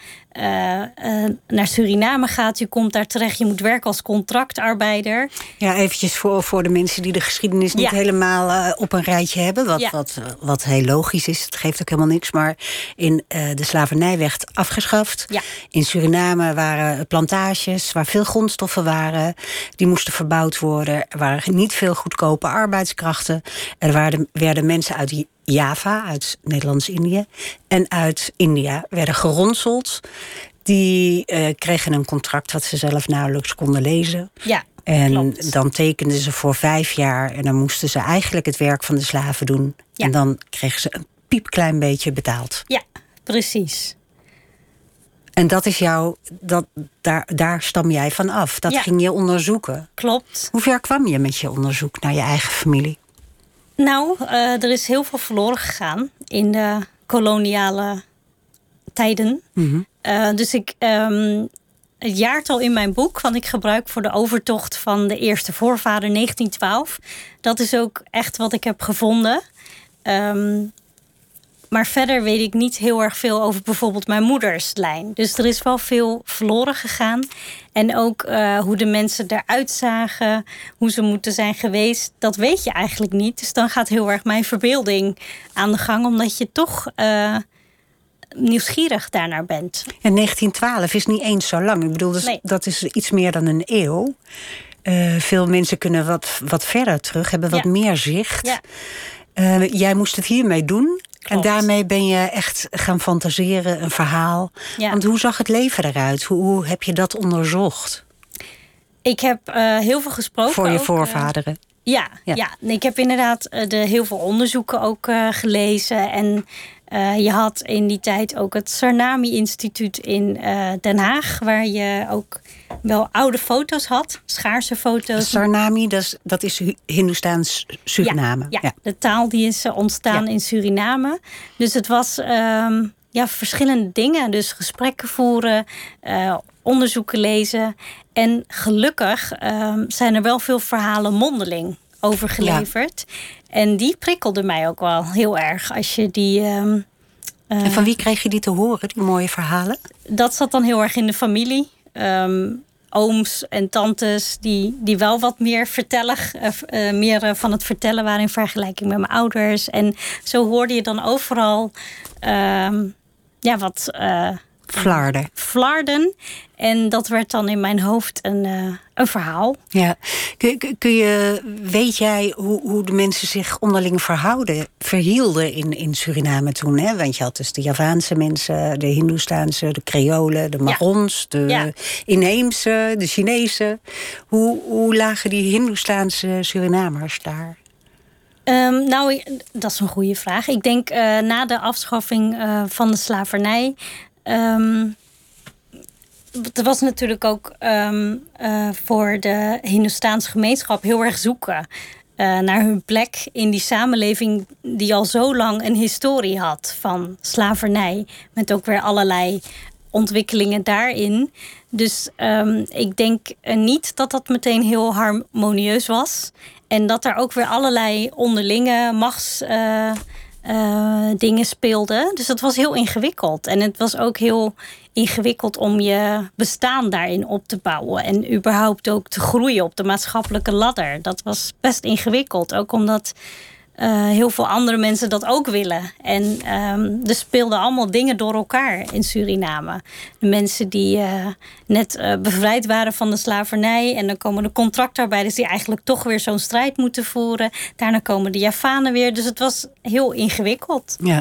naar Suriname gaat? Je komt daar terecht, je moet werken als contractarbeider. Ja, eventjes voor de mensen die de geschiedenis niet helemaal op een rijtje hebben. Wat heel logisch is, het geeft ook helemaal niks. Maar de slavernij werd afgeschaft. Ja. In Suriname waren plantages waar veel grondstoffen waren. Die moesten verbouwd worden. Er waren niet veel goedkope arbeidskrachten. Er werden mensen uit Java, uit Nederlands-Indië en uit India werden geronseld. Die kregen een contract wat ze zelf nauwelijks konden lezen. Ja, en klopt. Dan tekenden ze voor 5 jaar en dan moesten ze eigenlijk het werk van de slaven doen. Ja. En dan kregen ze een piepklein beetje betaald. Ja, precies. En dat is daar stam jij van af. Dat ging je onderzoeken. Klopt. Hoe ver kwam je met je onderzoek naar je eigen familie? Nou, er is heel veel verloren gegaan in de koloniale tijden. Mhm. Dus het jaartal in mijn boek, wat ik gebruik voor de overtocht van de eerste voorvader 1912, dat is ook echt wat ik heb gevonden. Maar verder weet ik niet heel erg veel over bijvoorbeeld mijn moeders lijn. Dus er is wel veel verloren gegaan. En ook hoe de mensen eruit zagen, hoe ze moeten zijn geweest, dat weet je eigenlijk niet. Dus dan gaat heel erg mijn verbeelding aan de gang, omdat je toch nieuwsgierig daarnaar bent. En 1912 is niet eens zo lang. Ik bedoel, dat is iets meer dan een eeuw. Veel mensen kunnen wat verder terug, hebben wat meer zicht. Ja. Jij moest het hiermee doen. Klopt. En daarmee ben je echt gaan fantaseren, een verhaal. Ja. Want hoe zag het leven eruit? Hoe heb je dat onderzocht? Ik heb heel veel gesproken. Voor je voorvaderen? Ja. Ik heb inderdaad heel veel onderzoeken ook gelezen. En je had in die tijd ook het Sarnami-instituut in Den Haag, waar je ook wel oude foto's had, schaarse foto's. Sarnami, dat is Hindoestaans Suriname. Ja, de taal die is ontstaan in Suriname. Dus het was verschillende dingen. Dus gesprekken voeren, onderzoeken lezen. En gelukkig zijn er wel veel verhalen mondeling overgeleverd. Ja. En die prikkelde mij ook wel heel erg. Als je die. En van wie kreeg je die te horen, die mooie verhalen? Dat zat dan heel erg in de familie. Ooms en tantes die wel wat meer vertellig, meer van het vertellen waren in vergelijking met mijn ouders. En zo hoorde je dan overal wat flarden. En dat werd dan in mijn hoofd een verhaal. Ja. Weet jij hoe de mensen zich onderling verhielden in Suriname toen? Hè? Want je had dus de Javaanse mensen, de Hindoestaanse, de Creolen, de Marons, de inheemse, de Chinezen. Hoe lagen die Hindoestaanse Surinamers daar? Dat is een goede vraag. Ik denk na de afschaffing van de slavernij. Het was natuurlijk ook voor de Hindoestaanse gemeenschap heel erg zoeken naar hun plek in die samenleving die al zo lang een historie had van slavernij. Met ook weer allerlei ontwikkelingen daarin. Dus ik denk niet dat dat meteen heel harmonieus was. En dat er ook weer allerlei onderlinge machtsdingen speelden. Dus dat was heel ingewikkeld. En het was ook heel ingewikkeld om je bestaan daarin op te bouwen. En überhaupt ook te groeien op de maatschappelijke ladder. Dat was best ingewikkeld. Ook omdat heel veel andere mensen dat ook willen. En er speelden allemaal dingen door elkaar in Suriname. De mensen die net bevrijd waren van de slavernij. En dan komen de contractarbeiders die eigenlijk toch weer zo'n strijd moeten voeren. Daarna komen de Javanen weer. Dus het was heel ingewikkeld. Ja.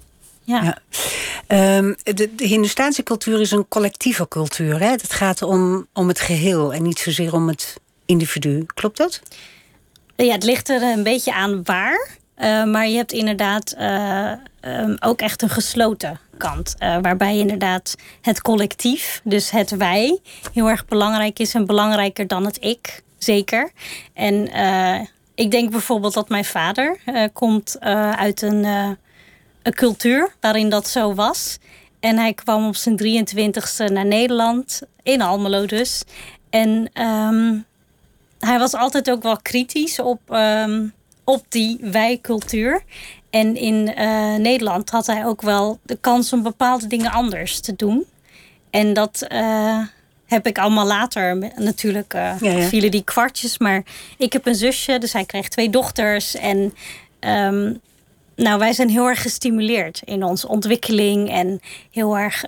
De Hindoestaanse cultuur is een collectieve cultuur. Hè? Het gaat om het geheel en niet zozeer om het individu. Klopt dat? Ja, het ligt er een beetje aan waar. Maar je hebt inderdaad ook echt een gesloten kant. Waarbij inderdaad het collectief, dus het wij, heel erg belangrijk is. En belangrijker dan het ik, zeker. En ik denk bijvoorbeeld dat mijn vader komt uit een cultuur waarin dat zo was. En hij kwam op zijn 23e naar Nederland, in Almelo dus. En hij was altijd ook wel kritisch op die wij-cultuur. En in Nederland had hij ook wel de kans om bepaalde dingen anders te doen. En dat heb ik allemaal later natuurlijk vielen die kwartjes. Maar ik heb een zusje, dus hij kreeg 2 dochters. En wij zijn heel erg gestimuleerd in onze ontwikkeling. En heel erg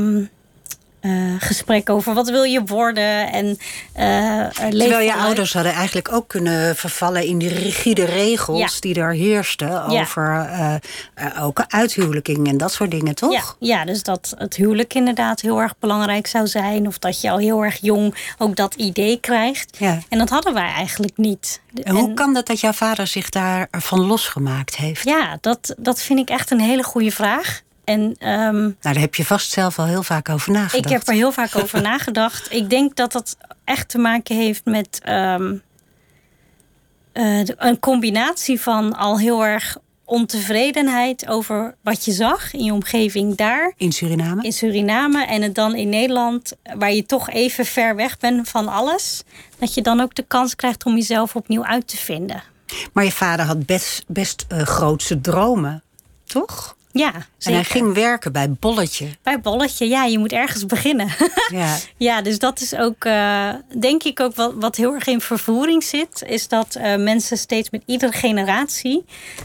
gesprek over wat wil je worden. En terwijl je ouders hadden eigenlijk ook kunnen vervallen in die rigide regels die daar heersten over ook uithuwelijking en dat soort dingen, toch? Ja, dus dat het huwelijk inderdaad heel erg belangrijk zou zijn. Of dat je al heel erg jong ook dat idee krijgt. Ja. En dat hadden wij eigenlijk niet. En hoe kan dat jouw vader zich daarvan losgemaakt heeft? Ja, dat vind ik echt een hele goede vraag. En, daar heb je vast zelf al heel vaak over nagedacht. Ik heb er heel vaak over nagedacht. Ik denk dat dat echt te maken heeft met een combinatie van al heel erg ontevredenheid over wat je zag in je omgeving daar. In Suriname? In Suriname en het dan in Nederland, waar je toch even ver weg bent van alles. Dat je dan ook de kans krijgt om jezelf opnieuw uit te vinden. Maar je vader had best grootse dromen, toch? Ja, zeker. zeker. En hij ging werken bij Bolletje. Bij Bolletje, ja, je moet ergens beginnen. Ja, ja, dus dat is ook, denk ik ook wat heel erg in vervoering zit. Is dat mensen steeds met iedere generatie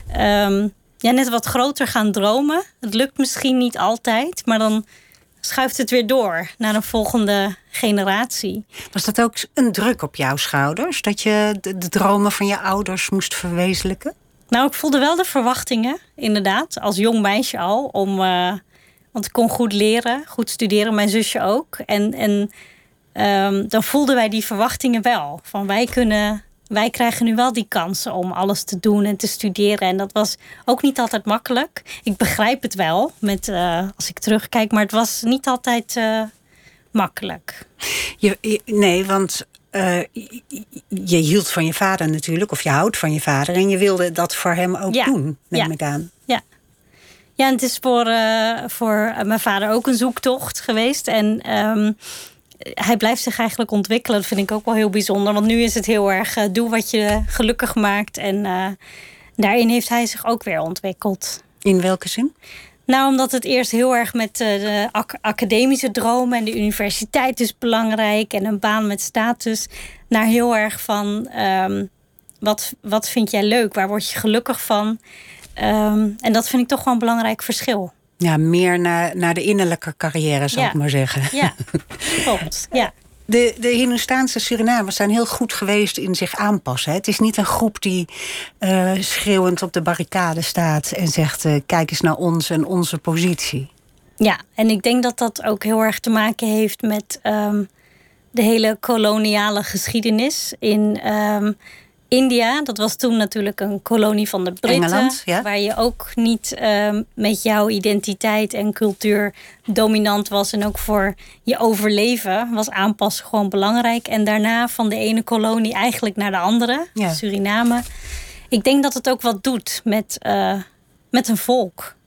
net wat groter gaan dromen. Het lukt misschien niet altijd, maar dan schuift het weer door naar een volgende generatie. Was dat ook een druk op jouw schouders? Dat je de dromen van je ouders moest verwezenlijken? Nou, ik voelde wel de verwachtingen, inderdaad. Als jong meisje al. Want ik kon goed leren, goed studeren. Mijn zusje ook. En dan voelden wij die verwachtingen wel. Van wij krijgen nu wel die kansen om alles te doen en te studeren. En dat was ook niet altijd makkelijk. Ik begrijp het wel, als ik terugkijk. Maar het was niet altijd makkelijk. Nee, want je hield van je vader natuurlijk. Of je houdt van je vader. En je wilde dat voor hem ook doen, neem ik aan. Ja. Ja, en het is voor mijn vader ook een zoektocht geweest. En hij blijft zich eigenlijk ontwikkelen. Dat vind ik ook wel heel bijzonder. Want nu is het heel erg doe wat je gelukkig maakt. En daarin heeft hij zich ook weer ontwikkeld. In welke zin? Nou, omdat het eerst heel erg met de academische dromen en de universiteit is belangrijk en een baan met status, naar heel erg van wat vind jij leuk? Waar word je gelukkig van? En dat vind ik toch wel een belangrijk verschil. Ja, meer naar de innerlijke carrière, zou ik maar zeggen. Ja, klopt. Ja. De Hindoestaanse Surinamers zijn heel goed geweest in zich aanpassen. Het is niet een groep die schreeuwend op de barricade staat en zegt kijk eens naar ons en onze positie. Ja, en ik denk dat dat ook heel erg te maken heeft met de hele koloniale geschiedenis in India. Dat was toen natuurlijk een kolonie van de Britten. Engeland, ja. Waar je ook niet met jouw identiteit en cultuur dominant was. En ook voor je overleven was aanpassen gewoon belangrijk. En daarna van de ene kolonie eigenlijk naar de andere. Ja. Suriname. Ik denk dat het ook wat doet met een volk.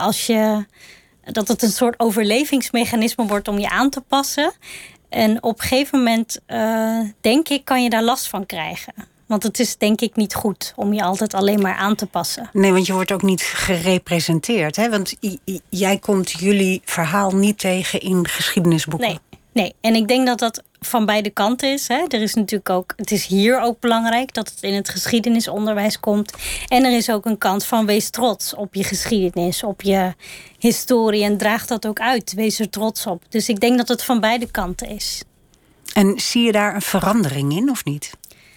Dat het een soort overlevingsmechanisme wordt om je aan te passen. En op een gegeven moment, denk ik, kan je daar last van krijgen. Want het is denk ik niet goed om je altijd alleen maar aan te passen. Nee, want je wordt ook niet gerepresenteerd. Hè? Want jij komt jullie verhaal niet tegen in geschiedenisboeken. Nee. En ik denk dat dat van beide kanten is. Hè? Er is natuurlijk ook, het is hier ook belangrijk dat het in het geschiedenisonderwijs komt. En er is ook een kant van wees trots op je geschiedenis, op je historie. En draag dat ook uit. Wees er trots op. Dus ik denk dat het van beide kanten is. En zie je daar een verandering in of niet?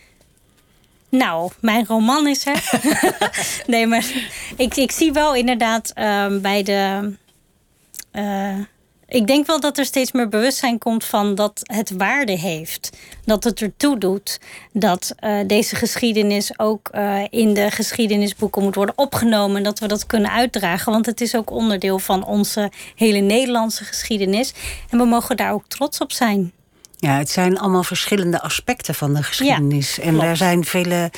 Nou, mijn roman is er. Nee, maar ik zie wel inderdaad bij de... ik denk wel dat er steeds meer bewustzijn komt van dat het waarde heeft. Dat het ertoe doet dat deze geschiedenis ook in de geschiedenisboeken moet worden opgenomen. En dat we dat kunnen uitdragen. Want het is ook onderdeel van onze hele Nederlandse geschiedenis. En we mogen daar ook trots op zijn. Ja, het zijn allemaal verschillende aspecten van de geschiedenis. Ja, en er zijn vele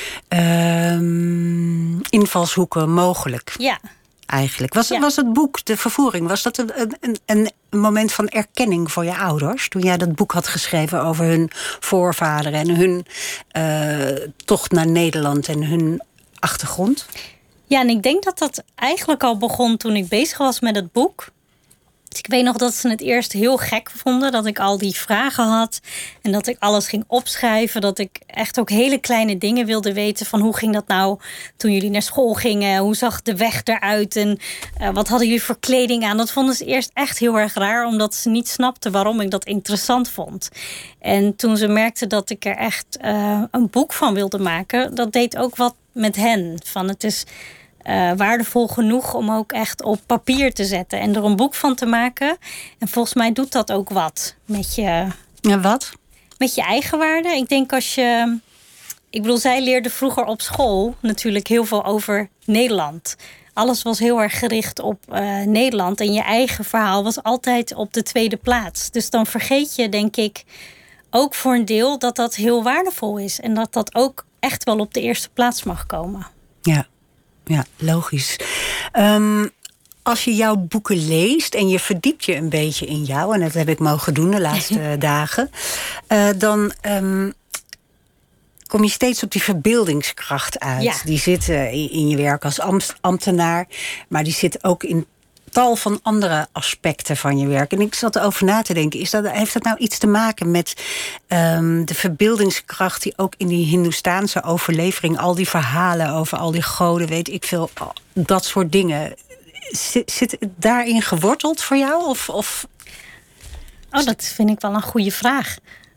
invalshoeken mogelijk. Ja. Eigenlijk. Was het boek, De Vervoering, was dat een moment van erkenning voor je ouders? Toen jij dat boek had geschreven over hun voorvaderen en hun tocht naar Nederland en hun achtergrond? Ja, en ik denk dat dat eigenlijk al begon toen ik bezig was met het boek. Ik weet nog dat ze het eerst heel gek vonden. Dat ik al die vragen had. En dat ik alles ging opschrijven. Dat ik echt ook hele kleine dingen wilde weten. Van hoe ging dat nou toen jullie naar school gingen? Hoe zag de weg eruit? En wat hadden jullie voor kleding aan? Dat vonden ze eerst echt heel erg raar. Omdat ze niet snapten waarom ik dat interessant vond. En toen ze merkten dat ik er echt een boek van wilde maken. Dat deed ook wat met hen. Van het is... waardevol genoeg om ook echt op papier te zetten en er een boek van te maken. En volgens mij doet dat ook wat met je... Ja, wat? Met je eigenwaarde. Ik denk als je... Ik bedoel, zij leerde vroeger op school natuurlijk heel veel over Nederland. Alles was heel erg gericht op Nederland. En je eigen verhaal was altijd op de tweede plaats. Dus dan vergeet je, denk ik, ook voor een deel dat dat heel waardevol is. En dat dat ook echt wel op de eerste plaats mag komen. Ja. Ja, logisch. Als je jouw boeken leest en je verdiept je een beetje in jou... en dat heb ik mogen doen de laatste dagen... dan kom je steeds op die verbeeldingskracht uit. Ja. Die zit in je werk als ambtenaar... maar die zit ook in tal van andere aspecten van je werk. En ik zat erover na te denken... heeft dat nou iets te maken met de verbeeldingskracht... die ook in die Hindoestaanse overlevering... al die verhalen over al die goden, weet ik veel... dat soort dingen... Zit het daarin geworteld voor jou? Of? Oh, dat vind ik wel een goede vraag.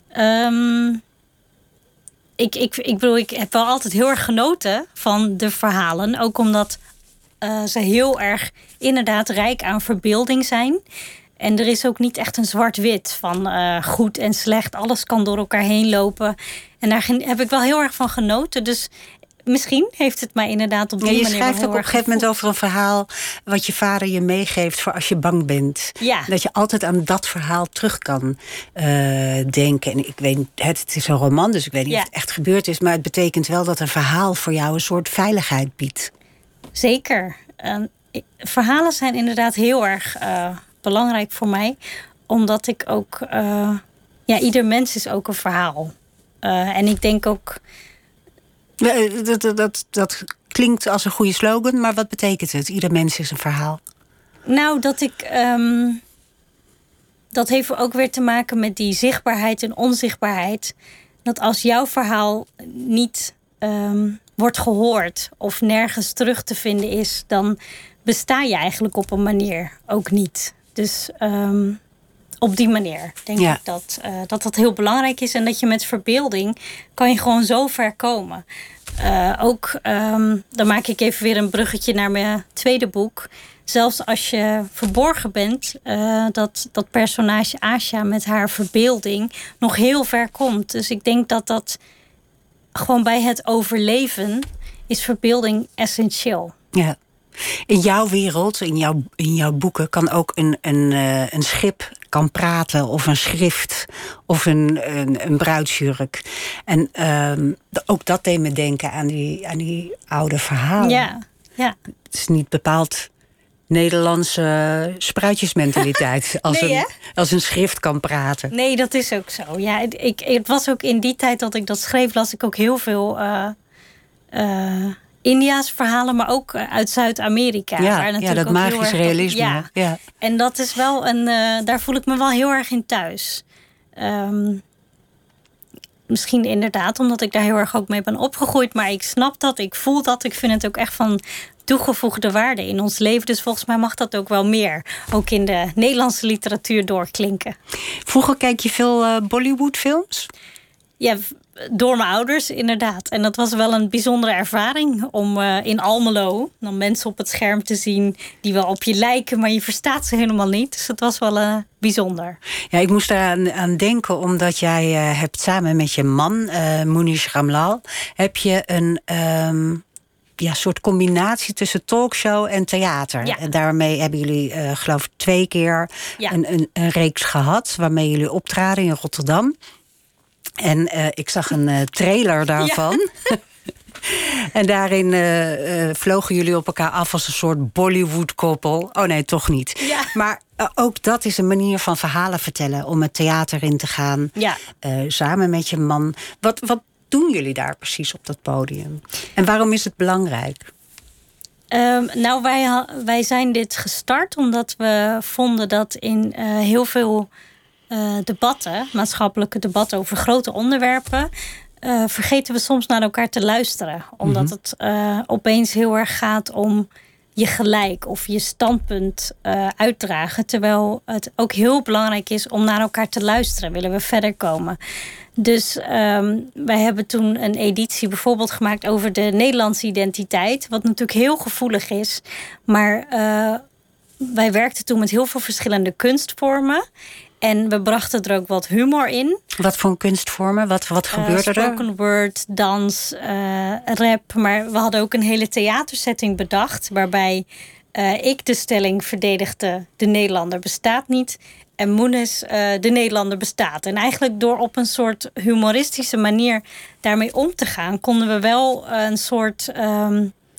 Ik bedoel, ik heb wel altijd heel erg genoten van de verhalen. Ook omdat ze heel erg inderdaad rijk aan verbeelding zijn. En er is ook niet echt een zwart-wit van goed en slecht. Alles kan door elkaar heen lopen. En daar heb ik wel heel erg van genoten. Dus misschien heeft het mij inderdaad op die manier... Je schrijft ook op een gegeven moment over een verhaal... wat je vader je meegeeft voor als je bang bent. Ja. Dat je altijd aan dat verhaal terug kan denken. En ik weet, het is een roman, dus ik weet niet of het echt gebeurd is... maar het betekent wel dat een verhaal voor jou een soort veiligheid biedt. Zeker. Verhalen zijn inderdaad heel erg belangrijk voor mij. Omdat ik ook... ieder mens is ook een verhaal. En ik denk ook... Dat klinkt als een goede slogan, maar wat betekent het? Ieder mens is een verhaal. Nou, dat heeft ook weer te maken met die zichtbaarheid en onzichtbaarheid. Dat als jouw verhaal niet wordt gehoord of nergens terug te vinden is... dan besta je eigenlijk op een manier ook niet. Dus op die manier denk ik dat heel belangrijk is. En dat je met verbeelding kan je gewoon zo ver komen. Dan maak ik even weer een bruggetje naar mijn tweede boek. Zelfs als je verborgen bent, dat personage Asha met haar verbeelding nog heel ver komt. Dus ik denk dat gewoon bij het overleven is verbeelding essentieel. Ja. In jouw wereld, in jouw boeken, kan ook een schip kan praten... of een schrift of een bruidsjurk. En ook dat deed me denken aan die oude verhalen. Ja. Het is niet bepaald Nederlandse spruitjesmentaliteit... als een schrift kan praten. Nee, dat is ook zo. Ja, het was ook in die tijd dat ik dat schreef... las ik ook heel veel... India's verhalen, maar ook uit Zuid-Amerika. Ja, dat magisch realisme. Ja. En dat is wel daar voel ik me wel heel erg in thuis. Misschien inderdaad, omdat ik daar heel erg ook mee ben opgegroeid. Maar ik snap dat, ik voel dat. Ik vind het ook echt van toegevoegde waarde in ons leven. Dus volgens mij mag dat ook wel meer. Ook in de Nederlandse literatuur doorklinken. Vroeger kijk je veel Bollywood-films? Ja, door mijn ouders, inderdaad. En dat was wel een bijzondere ervaring om in Almelo dan mensen op het scherm te zien die wel op je lijken, maar je verstaat ze helemaal niet. Dus dat was wel bijzonder. Ja, ik moest eraan denken omdat jij hebt samen met je man, Munish Ramlal, heb je een soort combinatie tussen talkshow en theater. Ja. En daarmee hebben jullie, geloof ik, 2 keer een reeks gehad waarmee jullie optraden in Rotterdam. En ik zag een trailer daarvan. Ja. En daarin vlogen jullie op elkaar af als een soort Bollywood-koppel. Oh nee, toch niet. Ja. Maar ook dat is een manier van verhalen vertellen. Om het theater in te gaan. Ja. Samen met je man. Wat doen jullie daar precies op dat podium? En waarom is het belangrijk? Nou, wij zijn dit gestart omdat we vonden dat in heel veel debatten, maatschappelijke debatten over grote onderwerpen, vergeten we soms naar elkaar te luisteren. Omdat het opeens heel erg gaat om je gelijk of je standpunt uitdragen. Terwijl het ook heel belangrijk is om naar elkaar te luisteren. Willen we verder komen. Dus wij hebben toen een editie bijvoorbeeld gemaakt over de Nederlandse identiteit. Wat natuurlijk heel gevoelig is. Maar wij werkten toen met heel veel verschillende kunstvormen. En we brachten er ook wat humor in. Wat voor kunstvormen? Wat gebeurde er? Spoken word, dans, rap. Maar we hadden ook een hele theatersetting bedacht, waarbij ik de stelling verdedigde: de Nederlander bestaat niet. En Moenes, de Nederlander bestaat. En eigenlijk door op een soort humoristische manier daarmee om te gaan, konden we wel een soort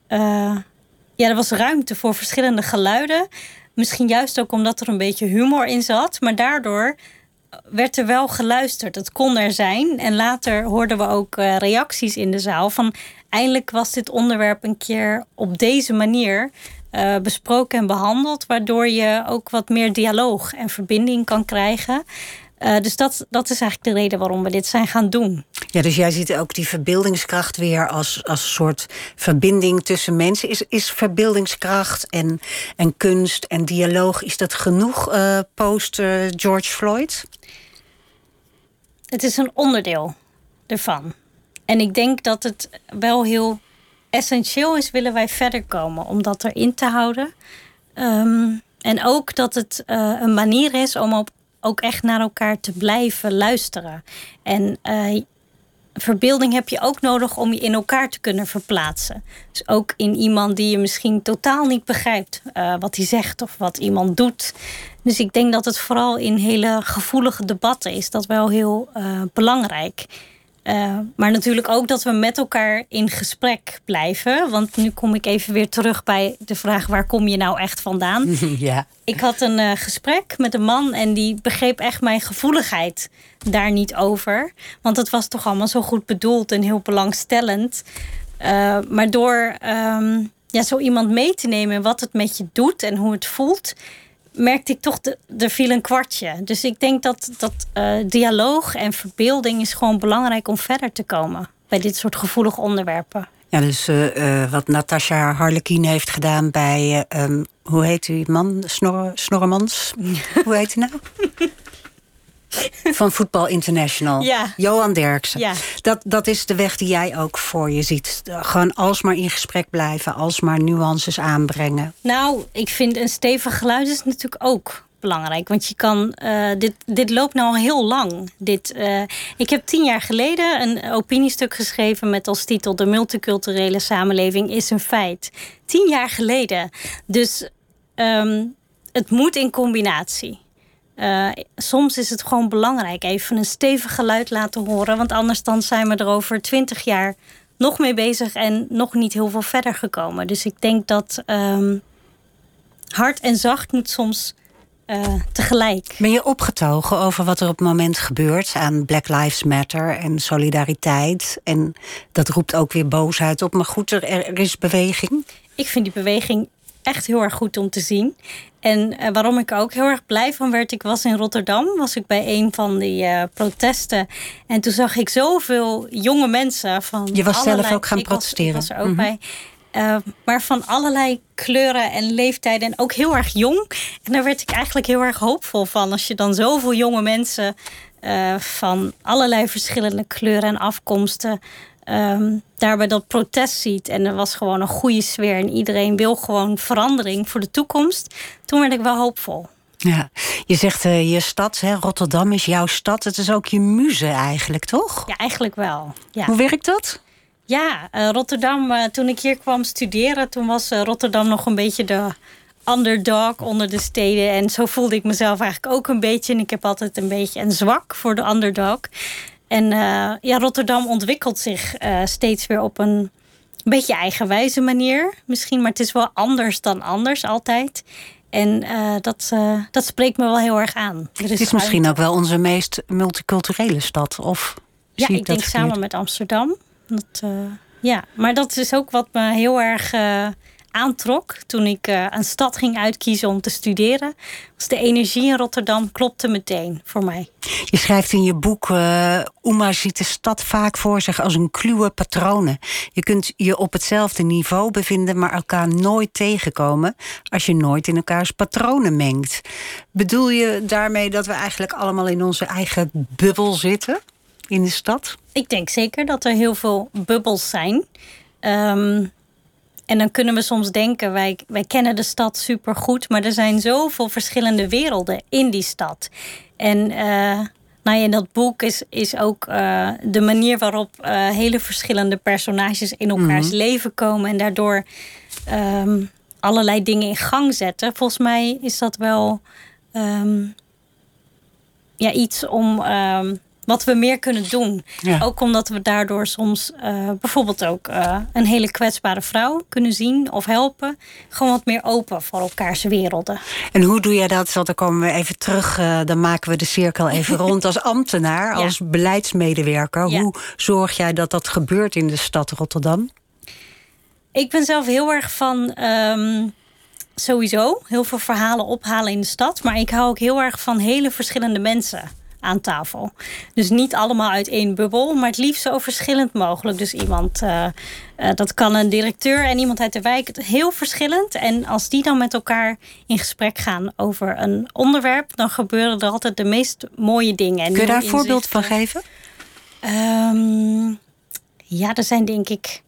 er was ruimte voor verschillende geluiden. Misschien juist ook omdat er een beetje humor in zat. Maar daardoor werd er wel geluisterd. Het kon er zijn. En later hoorden we ook reacties in de zaal van eindelijk was dit onderwerp een keer op deze manier besproken en behandeld, waardoor je ook wat meer dialoog en verbinding kan krijgen. Dus dat is eigenlijk de reden waarom we dit zijn gaan doen. Ja, dus jij ziet ook die verbeeldingskracht weer als een soort verbinding tussen mensen. Is verbeeldingskracht en kunst en dialoog, is dat genoeg post George Floyd? Het is een onderdeel ervan. En ik denk dat het wel heel essentieel is, willen wij verder komen om dat erin te houden. En ook dat het een manier is om ook echt naar elkaar te blijven luisteren. En verbeelding heb je ook nodig om je in elkaar te kunnen verplaatsen. Dus ook in iemand die je misschien totaal niet begrijpt wat hij zegt of wat iemand doet. Dus ik denk dat het vooral in hele gevoelige debatten is dat wel heel belangrijk. Maar natuurlijk ook dat we met elkaar in gesprek blijven. Want nu kom ik even weer terug bij de vraag, waar kom je nou echt vandaan? Ja. Ik had een gesprek met een man en die begreep echt mijn gevoeligheid daar niet over. Want het was toch allemaal zo goed bedoeld en heel belangstellend. Maar door zo iemand mee te nemen wat het met je doet en hoe het voelt, merkte ik toch, er viel een kwartje. Dus ik denk dat dialoog en verbeelding is gewoon belangrijk om verder te komen bij dit soort gevoelige onderwerpen. Ja, dus wat Natasha Harlekin heeft gedaan bij, hoe heet die man? Snorremans? Hoe heet hij nou? Van Voetbal International. Ja. Johan Derksen. Ja. Dat is de weg die jij ook voor je ziet. Gewoon alsmaar in gesprek blijven, alsmaar nuances aanbrengen. Nou, ik vind een stevig geluid is natuurlijk ook belangrijk. Want je kan, dit loopt nou al heel lang. Ik heb 10 jaar geleden een opiniestuk geschreven met als titel De multiculturele samenleving is een feit. 10 jaar geleden. Dus het moet in combinatie. Soms is het gewoon belangrijk even een stevig geluid laten horen. Want anders dan zijn we er over 20 jaar nog mee bezig en nog niet heel veel verder gekomen. Dus ik denk dat hard en zacht moet soms tegelijk. Ben je opgetogen over wat er op het moment gebeurt aan Black Lives Matter en solidariteit? En dat roept ook weer boosheid op. Maar goed, er is beweging. Ik vind die beweging echt heel erg goed om te zien. En waarom ik er ook heel erg blij van werd, ik was in Rotterdam, was ik bij een van die protesten. En toen zag ik zoveel jonge mensen van. Je was zelf ook gaan protesteren. Ik was er ook bij. Maar van allerlei kleuren en leeftijden en ook heel erg jong. En daar werd ik eigenlijk heel erg hoopvol van. Als je dan zoveel jonge mensen van allerlei verschillende kleuren en afkomsten daar bij dat protest ziet. En er was gewoon een goede sfeer. En iedereen wil gewoon verandering voor de toekomst. Toen werd ik wel hoopvol. Ja, je zegt je stad, hè, Rotterdam is jouw stad. Het is ook je muze eigenlijk, toch? Ja, eigenlijk wel. Ja. Hoe werkt dat? Ja, Rotterdam, toen ik hier kwam studeren, toen was Rotterdam nog een beetje de underdog onder de steden. En zo voelde ik mezelf eigenlijk ook een beetje. En ik heb altijd een beetje een zwak voor de underdog. En Rotterdam ontwikkelt zich steeds weer op een beetje eigenwijze manier. Misschien, maar het is wel anders dan anders altijd. En dat spreekt me wel heel erg aan. Het is misschien ook wel onze meest multiculturele stad, of ja, zie ik denk verkeerd? samen met Amsterdam. Maar dat is ook wat me heel erg aantrok toen ik een stad ging uitkiezen om te studeren. Was de energie in Rotterdam klopte meteen voor mij. Je schrijft in je boek, Oema ziet de stad vaak voor zich als een kluwe patronen. Je kunt je op hetzelfde niveau bevinden, maar elkaar nooit tegenkomen als je nooit in elkaars patronen mengt. Bedoel je daarmee dat we eigenlijk allemaal in onze eigen bubbel zitten in de stad? Ik denk zeker dat er heel veel bubbels zijn. En dan kunnen we soms denken, wij kennen de stad supergoed, maar er zijn zoveel verschillende werelden in die stad. En in dat boek is ook de manier waarop hele verschillende personages in elkaars leven komen en daardoor allerlei dingen in gang zetten. Volgens mij is dat wel iets om wat we meer kunnen doen. Ja. Ook omdat we daardoor soms bijvoorbeeld ook een hele kwetsbare vrouw kunnen zien of helpen. Gewoon wat meer open voor elkaars werelden. En hoe doe jij dat? Want dan komen we even terug, dan maken we de cirkel even rond als ambtenaar, als beleidsmedewerker. Ja. Hoe zorg jij dat dat gebeurt in de stad Rotterdam? Ik ben zelf heel erg van sowieso heel veel verhalen ophalen in de stad. Maar ik hou ook heel erg van hele verschillende mensen aan tafel. Dus niet allemaal uit één bubbel, maar het liefst zo verschillend mogelijk. Dus iemand, dat kan een directeur en iemand uit de wijk. Heel verschillend. En als die dan met elkaar in gesprek gaan over een onderwerp, dan gebeuren er altijd de meest mooie dingen. En Kun je daar een nieuwe voorbeeld van inzichten. geven? Ja, er zijn denk ik...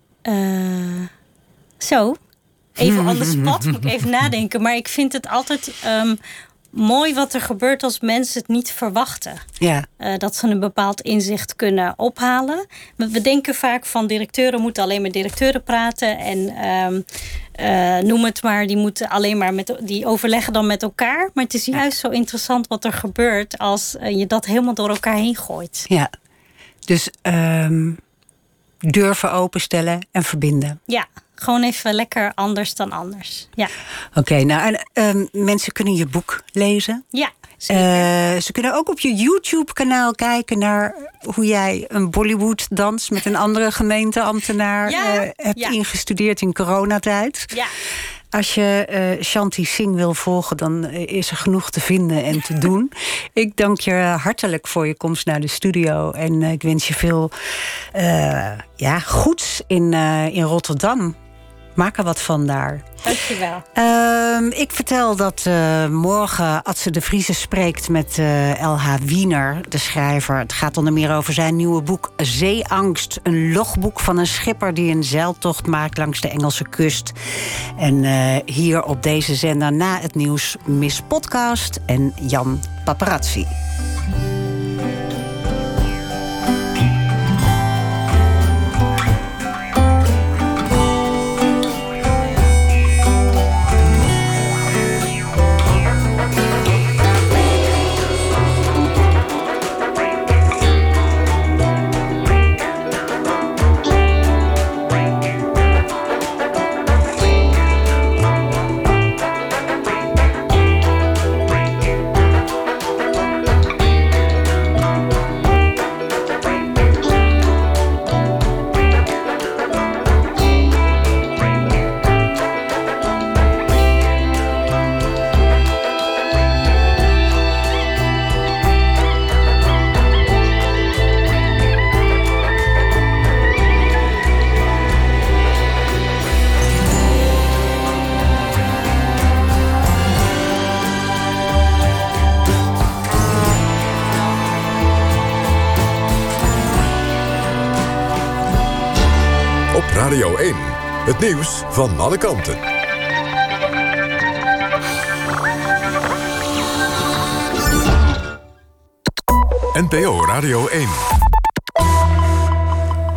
Even on the spot, moet ik even nadenken. Maar ik vind het altijd mooi wat er gebeurt als mensen het niet verwachten. Ja. Dat ze een bepaald inzicht kunnen ophalen. We denken vaak van directeuren moeten alleen met directeuren praten. En noem het maar, die moeten alleen maar die overleggen dan met elkaar. Maar het is juist zo interessant wat er gebeurt als je dat helemaal door elkaar heen gooit. Ja. Dus durven openstellen en verbinden. Ja, gewoon even lekker anders dan anders. Ja, Oké, nou en mensen kunnen je boek lezen. ja. Ze kunnen ook op je YouTube-kanaal kijken naar hoe jij een Bollywood-dans met een andere gemeenteambtenaar hebt ingestudeerd in coronatijd. Ja. Als je Shanti Singh wil volgen, dan is er genoeg te vinden en te doen. Ik dank je hartelijk voor je komst naar de studio. En ik wens je veel goeds in Rotterdam. Maak er wat van daar. Dankjewel. Ik vertel dat morgen Adse de Vriese spreekt met L.H. Wiener, de schrijver. Het gaat onder meer over zijn nieuwe boek Zeeangst. Een logboek van een schipper die een zeiltocht maakt langs de Engelse kust. En hier op deze zender na het nieuws Miss Podcast en Jan Paparazzi. Radio 1, het nieuws van alle kanten. NPO Radio 1.